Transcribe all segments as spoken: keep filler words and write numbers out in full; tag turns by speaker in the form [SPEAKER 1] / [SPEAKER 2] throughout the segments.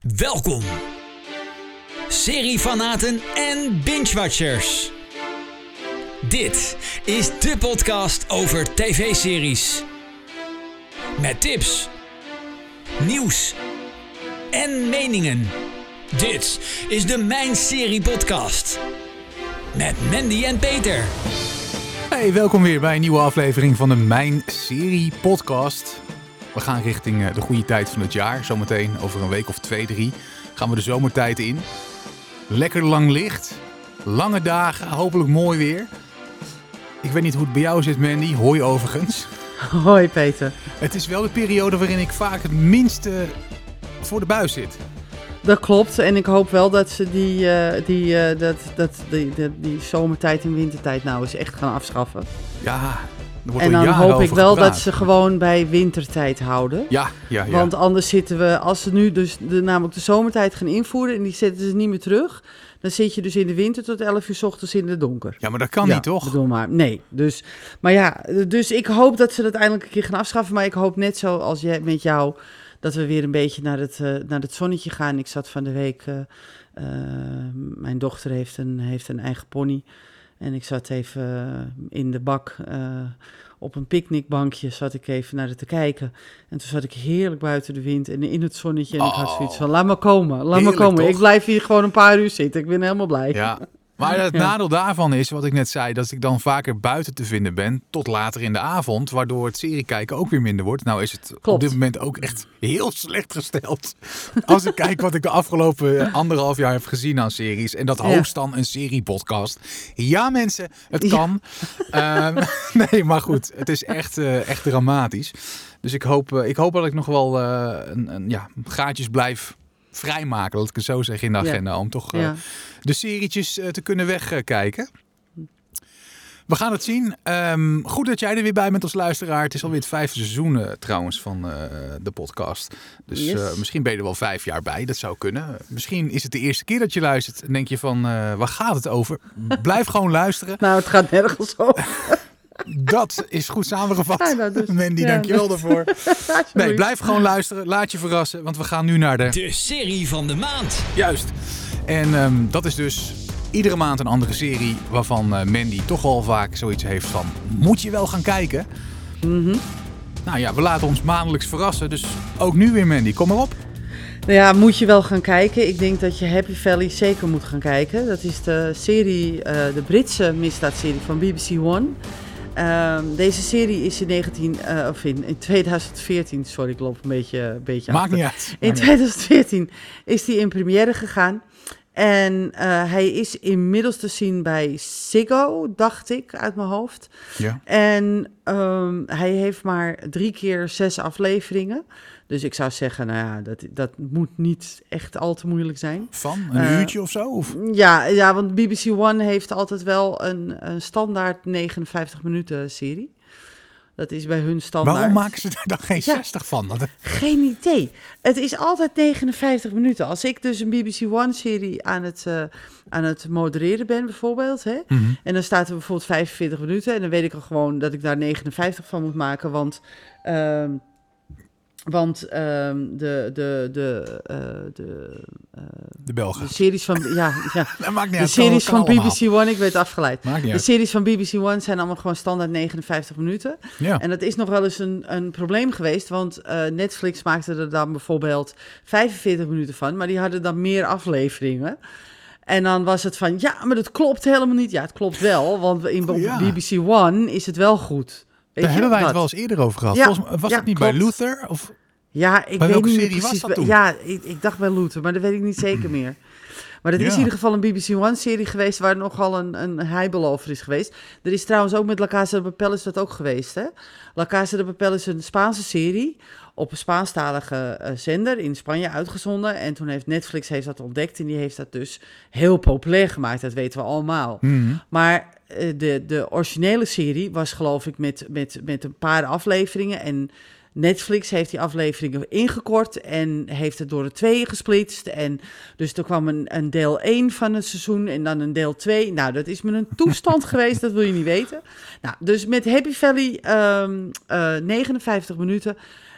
[SPEAKER 1] Welkom, seriefanaten en binge-watchers. Dit is de podcast over tv-series. Met tips, nieuws en meningen. Dit is de Mijn Serie Podcast. Met Mandy en Peter.
[SPEAKER 2] Hey, welkom weer bij een nieuwe aflevering van de Mijn Serie Podcast. We gaan richting de goede tijd van het jaar. Zometeen over een week of twee, drie gaan we de zomertijd in. Lekker lang licht. Lange dagen, hopelijk mooi weer. Ik weet niet hoe het bij jou zit, Mandy. Hoi overigens.
[SPEAKER 3] Hoi Peter.
[SPEAKER 2] Het is wel de periode waarin ik vaak het minste voor de buis zit.
[SPEAKER 3] Dat klopt. En ik hoop wel dat ze die, uh, die, uh, dat, dat, die, die, die zomertijd en wintertijd nou eens echt gaan afschaffen.
[SPEAKER 2] Ja, er wordt
[SPEAKER 3] en
[SPEAKER 2] al
[SPEAKER 3] dan
[SPEAKER 2] jaren
[SPEAKER 3] hoop ik
[SPEAKER 2] over
[SPEAKER 3] wel
[SPEAKER 2] gepraat.
[SPEAKER 3] dat ze gewoon bij wintertijd houden.
[SPEAKER 2] Ja, ja, ja.
[SPEAKER 3] Want anders zitten we, als ze nu dus de, namelijk de zomertijd gaan invoeren en die zetten ze niet meer terug, dan zit je dus in de winter tot elf uur 's ochtends in het donker.
[SPEAKER 2] Ja, maar dat kan
[SPEAKER 3] ja,
[SPEAKER 2] niet, toch?
[SPEAKER 3] Bedoel maar. Nee. Dus, maar ja, dus ik hoop dat ze dat eindelijk een keer gaan afschaffen. Maar ik hoop net zo als jij met jou dat we weer een beetje naar het, uh, naar het zonnetje gaan. Ik zat van de week, uh, uh, mijn dochter heeft een, heeft een eigen pony. En ik zat even uh, in de bak uh, op een picknickbankje, zat ik even naar het te kijken. En toen zat ik heerlijk buiten de wind en in het zonnetje. En oh, ik had zoiets van, laat me komen, laat
[SPEAKER 2] heerlijk,
[SPEAKER 3] me komen.
[SPEAKER 2] toch?
[SPEAKER 3] Ik blijf hier gewoon een paar uur zitten. Ik ben helemaal blij.
[SPEAKER 2] Ja. Maar het
[SPEAKER 3] Ja.
[SPEAKER 2] nadeel daarvan is, wat ik net zei, dat ik dan vaker buiten te vinden ben tot later in de avond, waardoor het serie kijken ook weer minder wordt. Nou is het
[SPEAKER 3] Klopt.
[SPEAKER 2] op dit moment ook echt heel slecht gesteld. Als ik kijk wat ik de afgelopen anderhalf jaar heb gezien aan series en dat
[SPEAKER 3] Ja.
[SPEAKER 2] hoogst dan een seriepodcast. Ja mensen, het kan. Ja. Um, nee, maar goed, het is echt, uh, echt dramatisch. Dus ik hoop, uh, ik hoop dat ik nog wel uh, een, een, ja, gaatjes blijf vrijmaken, laat ik het zo zeggen in de agenda, ja. om toch uh, ja. de serietjes uh, te kunnen wegkijken. Uh, We gaan het zien. Um, goed dat jij er weer bij bent als luisteraar. Het is alweer het vijfde seizoen uh, trouwens van uh, de podcast. Dus yes. uh, misschien ben je er wel vijf jaar bij. Dat zou kunnen. Uh, misschien is het de eerste keer dat je luistert en denk je van, uh, waar gaat het over? Blijf gewoon luisteren.
[SPEAKER 3] Nou, het gaat nergens over.
[SPEAKER 2] Dat is goed samengevat.
[SPEAKER 3] Ja, nou dus,
[SPEAKER 2] Mandy,
[SPEAKER 3] ja,
[SPEAKER 2] dankjewel
[SPEAKER 3] dus.
[SPEAKER 2] daarvoor. Nee, blijf gewoon luisteren. Laat je verrassen, want we gaan nu naar de...
[SPEAKER 1] De serie van de maand.
[SPEAKER 2] Juist. En um, dat is dus iedere maand een andere serie waarvan uh, Mandy toch al vaak zoiets heeft van, moet je wel gaan kijken?
[SPEAKER 3] Mm-hmm.
[SPEAKER 2] Nou ja, we laten ons maandelijks verrassen. Dus ook nu weer, Mandy. Kom maar op.
[SPEAKER 3] Nou ja, moet je wel gaan kijken. Ik denk dat je Happy Valley zeker moet gaan kijken. Dat is de serie, uh, de Britse misdaadserie van B B C One. Um, deze serie is in, negentien, uh, of in, in twintig veertien, sorry ik loop een beetje, een beetje
[SPEAKER 2] Maakt
[SPEAKER 3] achter.
[SPEAKER 2] niet uit.
[SPEAKER 3] In twintig veertien is die in première gegaan. En uh, hij is inmiddels te zien bij Ziggo, dacht ik, uit mijn hoofd.
[SPEAKER 2] Ja.
[SPEAKER 3] En um, hij heeft maar drie keer zes afleveringen. Dus ik zou zeggen, nou ja, dat, dat moet niet echt al te moeilijk zijn.
[SPEAKER 2] Van? Een uh, uurtje of zo? Of?
[SPEAKER 3] Ja, ja, want B B C One heeft altijd wel een, een standaard negenenvijftig minuten serie. Dat is bij hun standaard.
[SPEAKER 2] Waarom maken ze er dan geen
[SPEAKER 3] ja,
[SPEAKER 2] zestig van? Dat...
[SPEAKER 3] Geen idee. Het is altijd negenenvijftig minuten. Als ik dus een B B C One-serie aan het, uh, aan het modereren ben bijvoorbeeld, hè,
[SPEAKER 2] Mm-hmm.
[SPEAKER 3] en dan staat er bijvoorbeeld vijfenveertig minuten en dan weet ik al gewoon dat ik daar negenenvijftig van moet maken, want... Uh, Want um, de, de, de, uh, de, uh,
[SPEAKER 2] de Belgen.
[SPEAKER 3] De series van, ja, ja.
[SPEAKER 2] Dat maakt niet
[SPEAKER 3] de
[SPEAKER 2] uit.
[SPEAKER 3] series
[SPEAKER 2] kan, kan
[SPEAKER 3] van B B C One, ik werd afgeleid.
[SPEAKER 2] Maakt niet
[SPEAKER 3] de
[SPEAKER 2] uit.
[SPEAKER 3] series van B B C One zijn allemaal gewoon standaard negenenvijftig minuten.
[SPEAKER 2] Ja.
[SPEAKER 3] En dat is nog wel eens een, een probleem geweest, want uh, Netflix maakte er dan bijvoorbeeld vijfenveertig minuten van, maar die hadden dan meer afleveringen. En dan was het van, ja, maar dat klopt helemaal niet. Ja, het klopt wel, want in
[SPEAKER 2] oh, ja.
[SPEAKER 3] B B C One is het wel goed. Weet
[SPEAKER 2] Daar
[SPEAKER 3] je,
[SPEAKER 2] hebben wij
[SPEAKER 3] dat?
[SPEAKER 2] het wel eens eerder over gehad.
[SPEAKER 3] Ja,
[SPEAKER 2] Volgens mij, was
[SPEAKER 3] ja,
[SPEAKER 2] het niet
[SPEAKER 3] klopt.
[SPEAKER 2] bij Luther? Of...
[SPEAKER 3] Ja, ik
[SPEAKER 2] bij
[SPEAKER 3] weet
[SPEAKER 2] welke
[SPEAKER 3] niet
[SPEAKER 2] serie
[SPEAKER 3] precies.
[SPEAKER 2] was dat toen?
[SPEAKER 3] Ja, ik, ik dacht bij Luther, maar dat weet ik niet zeker meer. Maar dat
[SPEAKER 2] ja.
[SPEAKER 3] is in ieder geval een B B C One-serie geweest waar nogal een, een heibel over is geweest. Er is trouwens ook met La Casa de Papel is dat ook geweest, hè? La Casa de Papel is een Spaanse serie op een Spaanstalige uh, zender in Spanje uitgezonden. En toen heeft Netflix heeft dat ontdekt en die heeft dat dus heel populair gemaakt. Dat weten we allemaal.
[SPEAKER 2] Mm-hmm.
[SPEAKER 3] Maar uh, de, de originele serie was geloof ik met, met, met een paar afleveringen en... Netflix heeft die afleveringen ingekort en heeft het door de tweeën gesplitst. En dus er kwam een, een deel één van het seizoen en dan een deel twee. Nou, dat is me een toestand geweest, dat wil je niet weten. Nou, dus met Happy Valley um, uh, negenenvijftig minuten.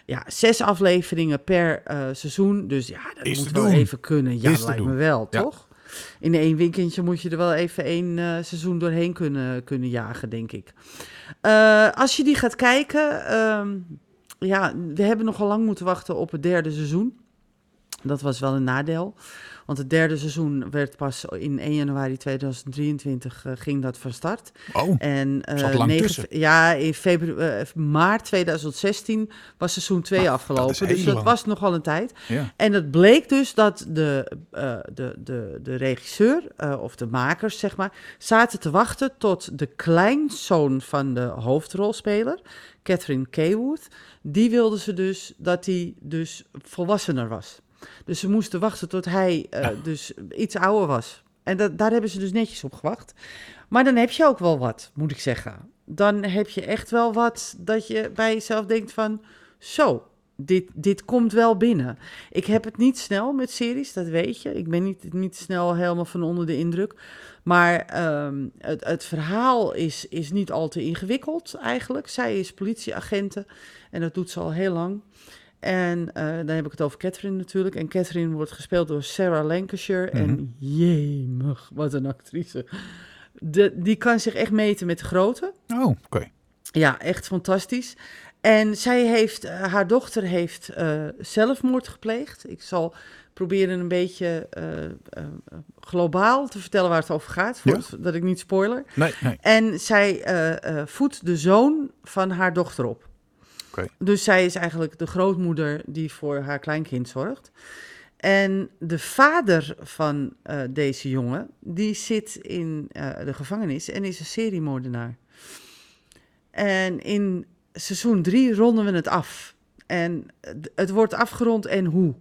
[SPEAKER 3] ja, zes afleveringen per uh, seizoen. Dus ja, dat
[SPEAKER 2] Is
[SPEAKER 3] moet
[SPEAKER 2] te
[SPEAKER 3] wel
[SPEAKER 2] doen.
[SPEAKER 3] even kunnen. Ja,
[SPEAKER 2] Is
[SPEAKER 3] dat
[SPEAKER 2] te
[SPEAKER 3] lijkt
[SPEAKER 2] doen.
[SPEAKER 3] me wel,
[SPEAKER 2] Ja.
[SPEAKER 3] toch? In één weekendje moet je er wel even één uh, seizoen doorheen kunnen, kunnen jagen, denk ik. Uh, als je die gaat kijken... Um, ja, we hebben nogal lang moeten wachten op het derde seizoen. Dat was wel een nadeel. Want het derde seizoen werd pas in één januari tweeduizend drieëntwintig uh, ging dat van start.
[SPEAKER 2] Oh,
[SPEAKER 3] en, uh,
[SPEAKER 2] zat lang
[SPEAKER 3] negen,
[SPEAKER 2] tussen.
[SPEAKER 3] Ja, in februari, uh, maart tweeduizend zestien was seizoen twee
[SPEAKER 2] nou,
[SPEAKER 3] afgelopen.
[SPEAKER 2] Dat
[SPEAKER 3] dus dat
[SPEAKER 2] lang.
[SPEAKER 3] was nogal een tijd.
[SPEAKER 2] Ja.
[SPEAKER 3] En het bleek dus dat de, uh, de, de, de regisseur, uh, of de makers zeg maar, zaten te wachten tot de kleinzoon van de hoofdrolspeler, Catherine Kaywood, die wilden ze dus dat hij dus volwassener was. Dus ze moesten wachten tot hij uh, ja. dus iets ouder was. En dat, daar hebben ze dus netjes op gewacht. Maar dan heb je ook wel wat, moet ik zeggen. Dan heb je echt wel wat dat je bij jezelf denkt van... Zo, dit, dit komt wel binnen. Ik heb het niet snel met series, dat weet je. Ik ben niet, niet snel helemaal van onder de indruk. Maar um, het, het verhaal is, is niet al te ingewikkeld eigenlijk. Zij is politieagente en dat doet ze al heel lang. En uh, dan heb ik het over Catherine natuurlijk. En Catherine wordt gespeeld door Sarah Lancashire. Mm-hmm. En jemig, wat een actrice. De, die kan zich echt meten met de grote.
[SPEAKER 2] Oh, oké. Okay.
[SPEAKER 3] Ja, echt fantastisch. En zij heeft, uh, haar dochter heeft uh, zelfmoord gepleegd. Ik zal proberen een beetje uh, uh, globaal te vertellen waar het over gaat. Voor, ja. Dat ik niet spoiler.
[SPEAKER 2] Nee, nee.
[SPEAKER 3] En zij uh, uh, voedt de zoon van haar dochter op.
[SPEAKER 2] Okay.
[SPEAKER 3] Dus zij is eigenlijk de grootmoeder die voor haar kleinkind zorgt. En de vader van uh, deze jongen, die zit in uh, de gevangenis en is een seriemoordenaar. En in seizoen drie ronden we het af. En het wordt afgerond en hoe.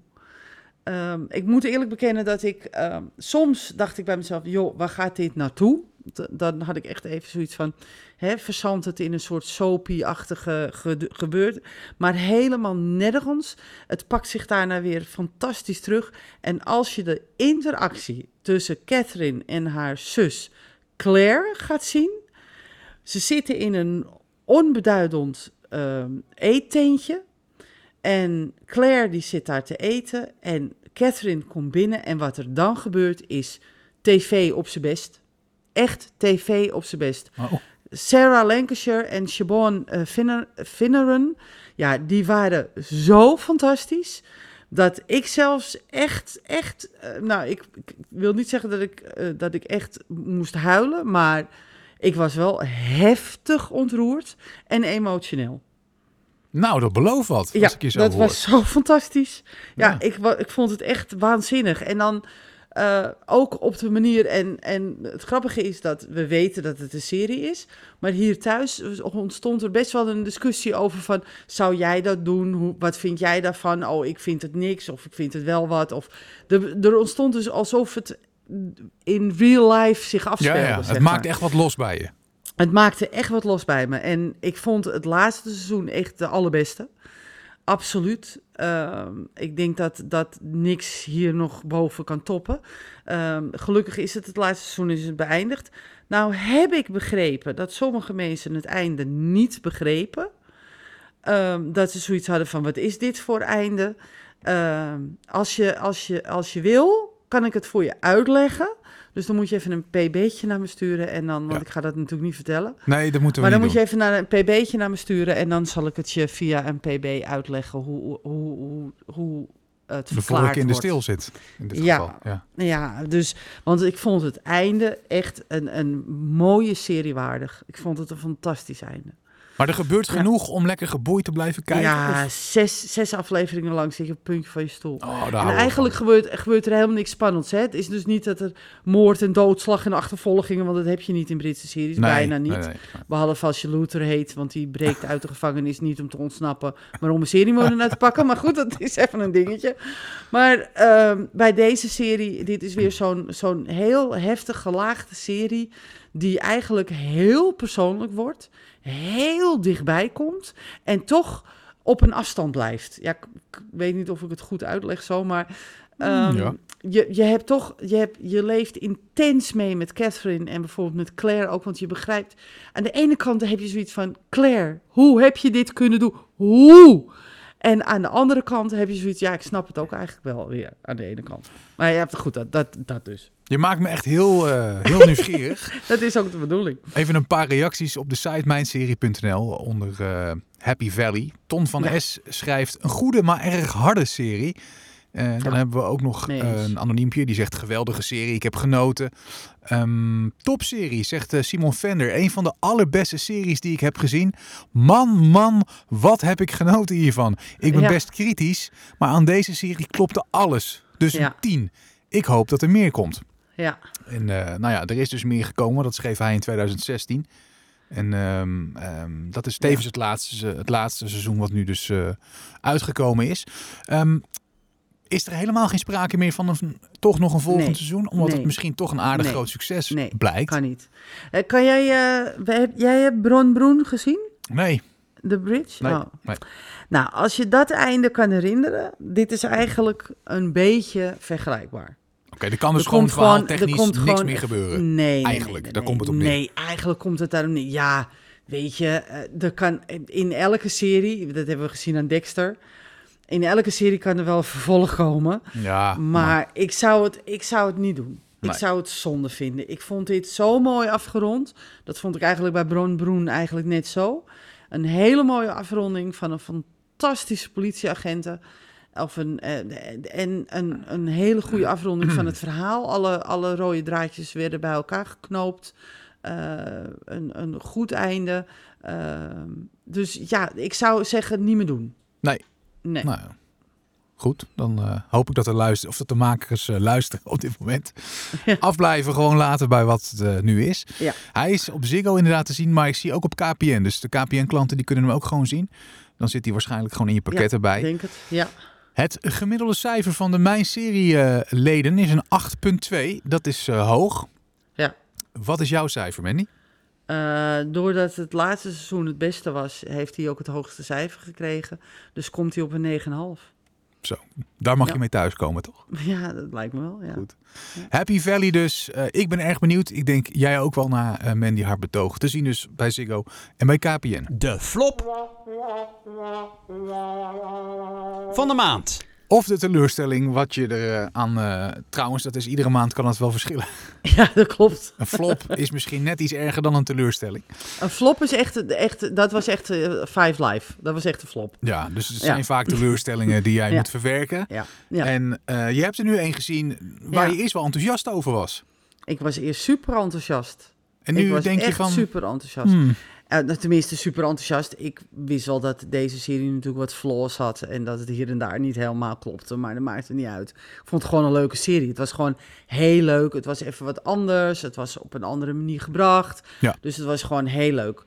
[SPEAKER 3] Um, ik moet eerlijk bekennen dat ik... Um, soms dacht ik bij mezelf, joh, waar gaat dit naartoe? Dan had ik echt even zoiets van... Hè, verzandt het in een soort soapie-achtige ge- gebeurt. Maar helemaal nergens. Het pakt zich daarna weer fantastisch terug. En als je de interactie tussen Catherine en haar zus Claire gaat zien... Ze zitten in een onbeduidend uh, eettentje. En Claire die zit daar te eten. En Catherine komt binnen. En wat er dan gebeurt is tv op zijn best. Echt tv op zijn best.
[SPEAKER 2] Oh.
[SPEAKER 3] Sarah Lancashire en Siobhan uh, Finner- Finneran, ja, die waren zo fantastisch, dat ik zelfs echt, echt, uh, nou, ik, ik wil niet zeggen dat ik, uh, dat ik echt moest huilen, maar ik was wel heftig ontroerd en emotioneel.
[SPEAKER 2] Nou, dat belooft wat,
[SPEAKER 3] ja,
[SPEAKER 2] als ik je zo
[SPEAKER 3] dat
[SPEAKER 2] hoor.
[SPEAKER 3] was zo fantastisch. Ja,
[SPEAKER 2] Ja.
[SPEAKER 3] Ik, ik vond het echt waanzinnig. En dan... Uh, ook op de manier, en, en het grappige is dat we weten dat het een serie is, maar hier thuis ontstond er best wel een discussie over van, zou jij dat doen? Hoe, wat vind jij daarvan? Oh, ik vind het niks, of ik vind het wel wat. Of de, er ontstond dus alsof het in real life zich afspeelde.
[SPEAKER 2] Ja, ja.
[SPEAKER 3] Zeg
[SPEAKER 2] Het
[SPEAKER 3] maar.
[SPEAKER 2] maakt echt wat los bij je.
[SPEAKER 3] Het maakte echt wat los bij me. En ik vond het laatste seizoen echt de allerbeste. Absoluut. Uh, ik denk dat, dat niks hier nog boven kan toppen. Uh, gelukkig is het het laatste seizoen is het beëindigd. Nou heb ik begrepen dat sommige mensen het einde niet begrepen. Uh, dat ze zoiets hadden van, wat is dit voor einde? Uh, als je, als je, als je wil, kan ik het voor je uitleggen. Dus dan moet je even een pb'tje naar me sturen. En dan, want
[SPEAKER 2] Ja.
[SPEAKER 3] ik ga dat natuurlijk niet vertellen.
[SPEAKER 2] Nee, dat moeten we
[SPEAKER 3] maar dan
[SPEAKER 2] niet
[SPEAKER 3] moet
[SPEAKER 2] doen.
[SPEAKER 3] je even naar een pb'tje naar me sturen. En dan zal ik het je via een pb uitleggen hoe, hoe, hoe, hoe het
[SPEAKER 2] De
[SPEAKER 3] verklaard
[SPEAKER 2] vork in de
[SPEAKER 3] wordt.
[SPEAKER 2] stil zit, in dit
[SPEAKER 3] Ja.
[SPEAKER 2] geval. Ja.
[SPEAKER 3] Ja, dus, want ik vond het einde echt een, een mooie serie waardig. Ik vond het een fantastisch einde.
[SPEAKER 2] Maar er gebeurt
[SPEAKER 3] Ja.
[SPEAKER 2] genoeg om lekker geboeid te blijven kijken?
[SPEAKER 3] Ja,
[SPEAKER 2] of?
[SPEAKER 3] zes, zes afleveringen lang zit je op het puntje van je stoel.
[SPEAKER 2] Oh, daar
[SPEAKER 3] En
[SPEAKER 2] houden we
[SPEAKER 3] eigenlijk
[SPEAKER 2] van.
[SPEAKER 3] gebeurt, gebeurt er helemaal niks spannends. Hè? Het is dus niet dat er moord en doodslag en achtervolgingen, want dat heb je niet in Britse series,
[SPEAKER 2] Nee,
[SPEAKER 3] bijna niet.
[SPEAKER 2] nee, nee.
[SPEAKER 3] Behalve als je Luther heet, want die breekt uit de gevangenis niet om te ontsnappen, maar om een seriemoordenaar te pakken. Maar goed, dat is even een dingetje. Maar uh, bij deze serie, dit is weer zo'n, zo'n heel heftig gelaagde serie, die eigenlijk heel persoonlijk wordt, heel dichtbij komt en toch op een afstand blijft. Ja, ik, ik weet niet of ik het goed uitleg zo, maar um,
[SPEAKER 2] Ja.
[SPEAKER 3] je, je hebt toch, je, hebt, je leeft intens mee met Catherine en bijvoorbeeld met Claire ook, want je begrijpt, aan de ene kant heb je zoiets van, Claire, hoe heb je dit kunnen doen? Hoe? En aan de andere kant heb je zoiets... Ja, ik snap het ook eigenlijk wel weer aan de ene kant. Maar je hebt goed, dat, dat, dat dus.
[SPEAKER 2] Je maakt me echt heel, uh, heel nieuwsgierig.
[SPEAKER 3] Dat is ook de bedoeling.
[SPEAKER 2] Even een paar reacties op de site mijnserie punt n l onder uh, Happy Valley. Ton van
[SPEAKER 3] Ja.
[SPEAKER 2] S schrijft een goede, maar erg harde serie. Uh, dan
[SPEAKER 3] Ja.
[SPEAKER 2] hebben we ook nog
[SPEAKER 3] Nee
[SPEAKER 2] uh,
[SPEAKER 3] eens.
[SPEAKER 2] een anoniempje die zegt geweldige serie, ik heb genoten. Um, topserie, zegt uh, Simon Vender. Een van de allerbeste series die ik heb gezien. Man, man, wat heb ik genoten hiervan. Ik ben
[SPEAKER 3] Ja.
[SPEAKER 2] best kritisch, maar aan deze serie klopte alles. Dus
[SPEAKER 3] Ja.
[SPEAKER 2] een tien. Ik hoop dat er meer komt.
[SPEAKER 3] Ja,
[SPEAKER 2] En uh, nou ja, er is dus meer gekomen. Dat schreef hij in twintig zestien. En um, um, dat is tevens
[SPEAKER 3] Ja.
[SPEAKER 2] het, laatste, het laatste seizoen wat nu dus uh, uitgekomen is. Um, is er helemaal geen sprake meer van een, toch nog een volgend
[SPEAKER 3] Nee.
[SPEAKER 2] seizoen? Omdat
[SPEAKER 3] Nee.
[SPEAKER 2] het misschien toch een aardig
[SPEAKER 3] Nee.
[SPEAKER 2] groot succes
[SPEAKER 3] nee,
[SPEAKER 2] blijkt.
[SPEAKER 3] kan niet. Uh, kan jij... Uh, we heb, jij hebt Bron Broen gezien?
[SPEAKER 2] Nee.
[SPEAKER 3] The Bridge?
[SPEAKER 2] Nee.
[SPEAKER 3] Oh.
[SPEAKER 2] nee.
[SPEAKER 3] Nou, als je dat einde kan herinneren... Dit is eigenlijk een beetje vergelijkbaar.
[SPEAKER 2] Oké, okay, er kan dus
[SPEAKER 3] Er
[SPEAKER 2] gewoon
[SPEAKER 3] komt gewoon-
[SPEAKER 2] verhaaltechnisch
[SPEAKER 3] er komt
[SPEAKER 2] niks
[SPEAKER 3] gewoon-
[SPEAKER 2] meer gebeuren.
[SPEAKER 3] Nee, nee,
[SPEAKER 2] Eigenlijk,
[SPEAKER 3] nee,
[SPEAKER 2] daar
[SPEAKER 3] nee,
[SPEAKER 2] komt het op neer.
[SPEAKER 3] Nee, eigenlijk komt het daarom niet. Ja, weet je, eh, er kan in elke serie, dat hebben we gezien aan Dexter, in elke serie kan er wel een vervolg komen.
[SPEAKER 2] Ja,
[SPEAKER 3] Maar,
[SPEAKER 2] maar
[SPEAKER 3] ik, zou het, ik zou het niet doen.
[SPEAKER 2] Nee.
[SPEAKER 3] Ik zou het zonde vinden. Ik vond dit zo mooi afgerond. Dat vond ik eigenlijk bij Bron Broen eigenlijk net zo. Een hele mooie afronding van een fantastische politieagenten. Of een, eh, en een, een hele goede afronding van het verhaal. Alle, alle rode draadjes werden bij elkaar geknoopt. Uh, een, een goed einde. Uh, dus ja, ik zou zeggen niet meer doen.
[SPEAKER 2] Nee.
[SPEAKER 3] Nee.
[SPEAKER 2] Nou, goed, dan uh, hoop ik dat, er luister, of dat de makers uh, luisteren op dit moment.
[SPEAKER 3] Ja.
[SPEAKER 2] Afblijven, gewoon laten bij wat het uh, nu is.
[SPEAKER 3] Ja.
[SPEAKER 2] Hij is op Ziggo inderdaad te zien, maar ik zie ook op K P N. Dus de K P N-klanten die kunnen hem ook gewoon zien. Dan zit hij waarschijnlijk gewoon in je pakket
[SPEAKER 3] Ja,
[SPEAKER 2] erbij.
[SPEAKER 3] Ik denk het, ja.
[SPEAKER 2] Het gemiddelde cijfer van de Mijn Serie-leden is een acht komma twee. Dat is uh, hoog.
[SPEAKER 3] Ja.
[SPEAKER 2] Wat is jouw cijfer, Mandy?
[SPEAKER 3] Uh, doordat het laatste seizoen het beste was, heeft hij ook het hoogste cijfer gekregen. Dus komt hij op een negen komma vijf.
[SPEAKER 2] Zo, daar mag
[SPEAKER 3] Ja.
[SPEAKER 2] je mee thuiskomen, toch?
[SPEAKER 3] Ja, dat lijkt me wel, ja.
[SPEAKER 2] Goed. Happy Valley dus. Uh, ik ben erg benieuwd. Ik denk jij ook wel na uh, Mandy haar betoog. Te zien dus bij Ziggo en bij K P N.
[SPEAKER 1] De flop van de maand.
[SPEAKER 2] Of de teleurstelling wat je er uh, aan... Uh, trouwens, dat is iedere maand kan het wel verschillen.
[SPEAKER 3] Ja, dat klopt.
[SPEAKER 2] Een flop is misschien net iets erger dan een teleurstelling.
[SPEAKER 3] Een flop is echt, echt dat was echt uh, Five Live. Dat was echt een flop.
[SPEAKER 2] Ja, dus het
[SPEAKER 3] Ja.
[SPEAKER 2] zijn vaak teleurstellingen die jij
[SPEAKER 3] Ja.
[SPEAKER 2] moet verwerken.
[SPEAKER 3] Ja, ja.
[SPEAKER 2] En uh, je hebt er nu één gezien waar
[SPEAKER 3] Ja.
[SPEAKER 2] je eerst wel enthousiast over was.
[SPEAKER 3] Ik was eerst super enthousiast.
[SPEAKER 2] En
[SPEAKER 3] ik
[SPEAKER 2] nu
[SPEAKER 3] was
[SPEAKER 2] denk
[SPEAKER 3] echt
[SPEAKER 2] je van...
[SPEAKER 3] super enthousiast.
[SPEAKER 2] Hmm,
[SPEAKER 3] Uh, tenminste, super enthousiast. Ik wist wel dat deze serie natuurlijk wat flaws had en dat het hier en daar niet helemaal klopte, maar dat maakte niet uit. Ik vond het gewoon een leuke serie. Het was gewoon heel leuk. Het was even wat anders. Het was op een andere manier gebracht.
[SPEAKER 2] Ja.
[SPEAKER 3] Dus het was gewoon heel leuk.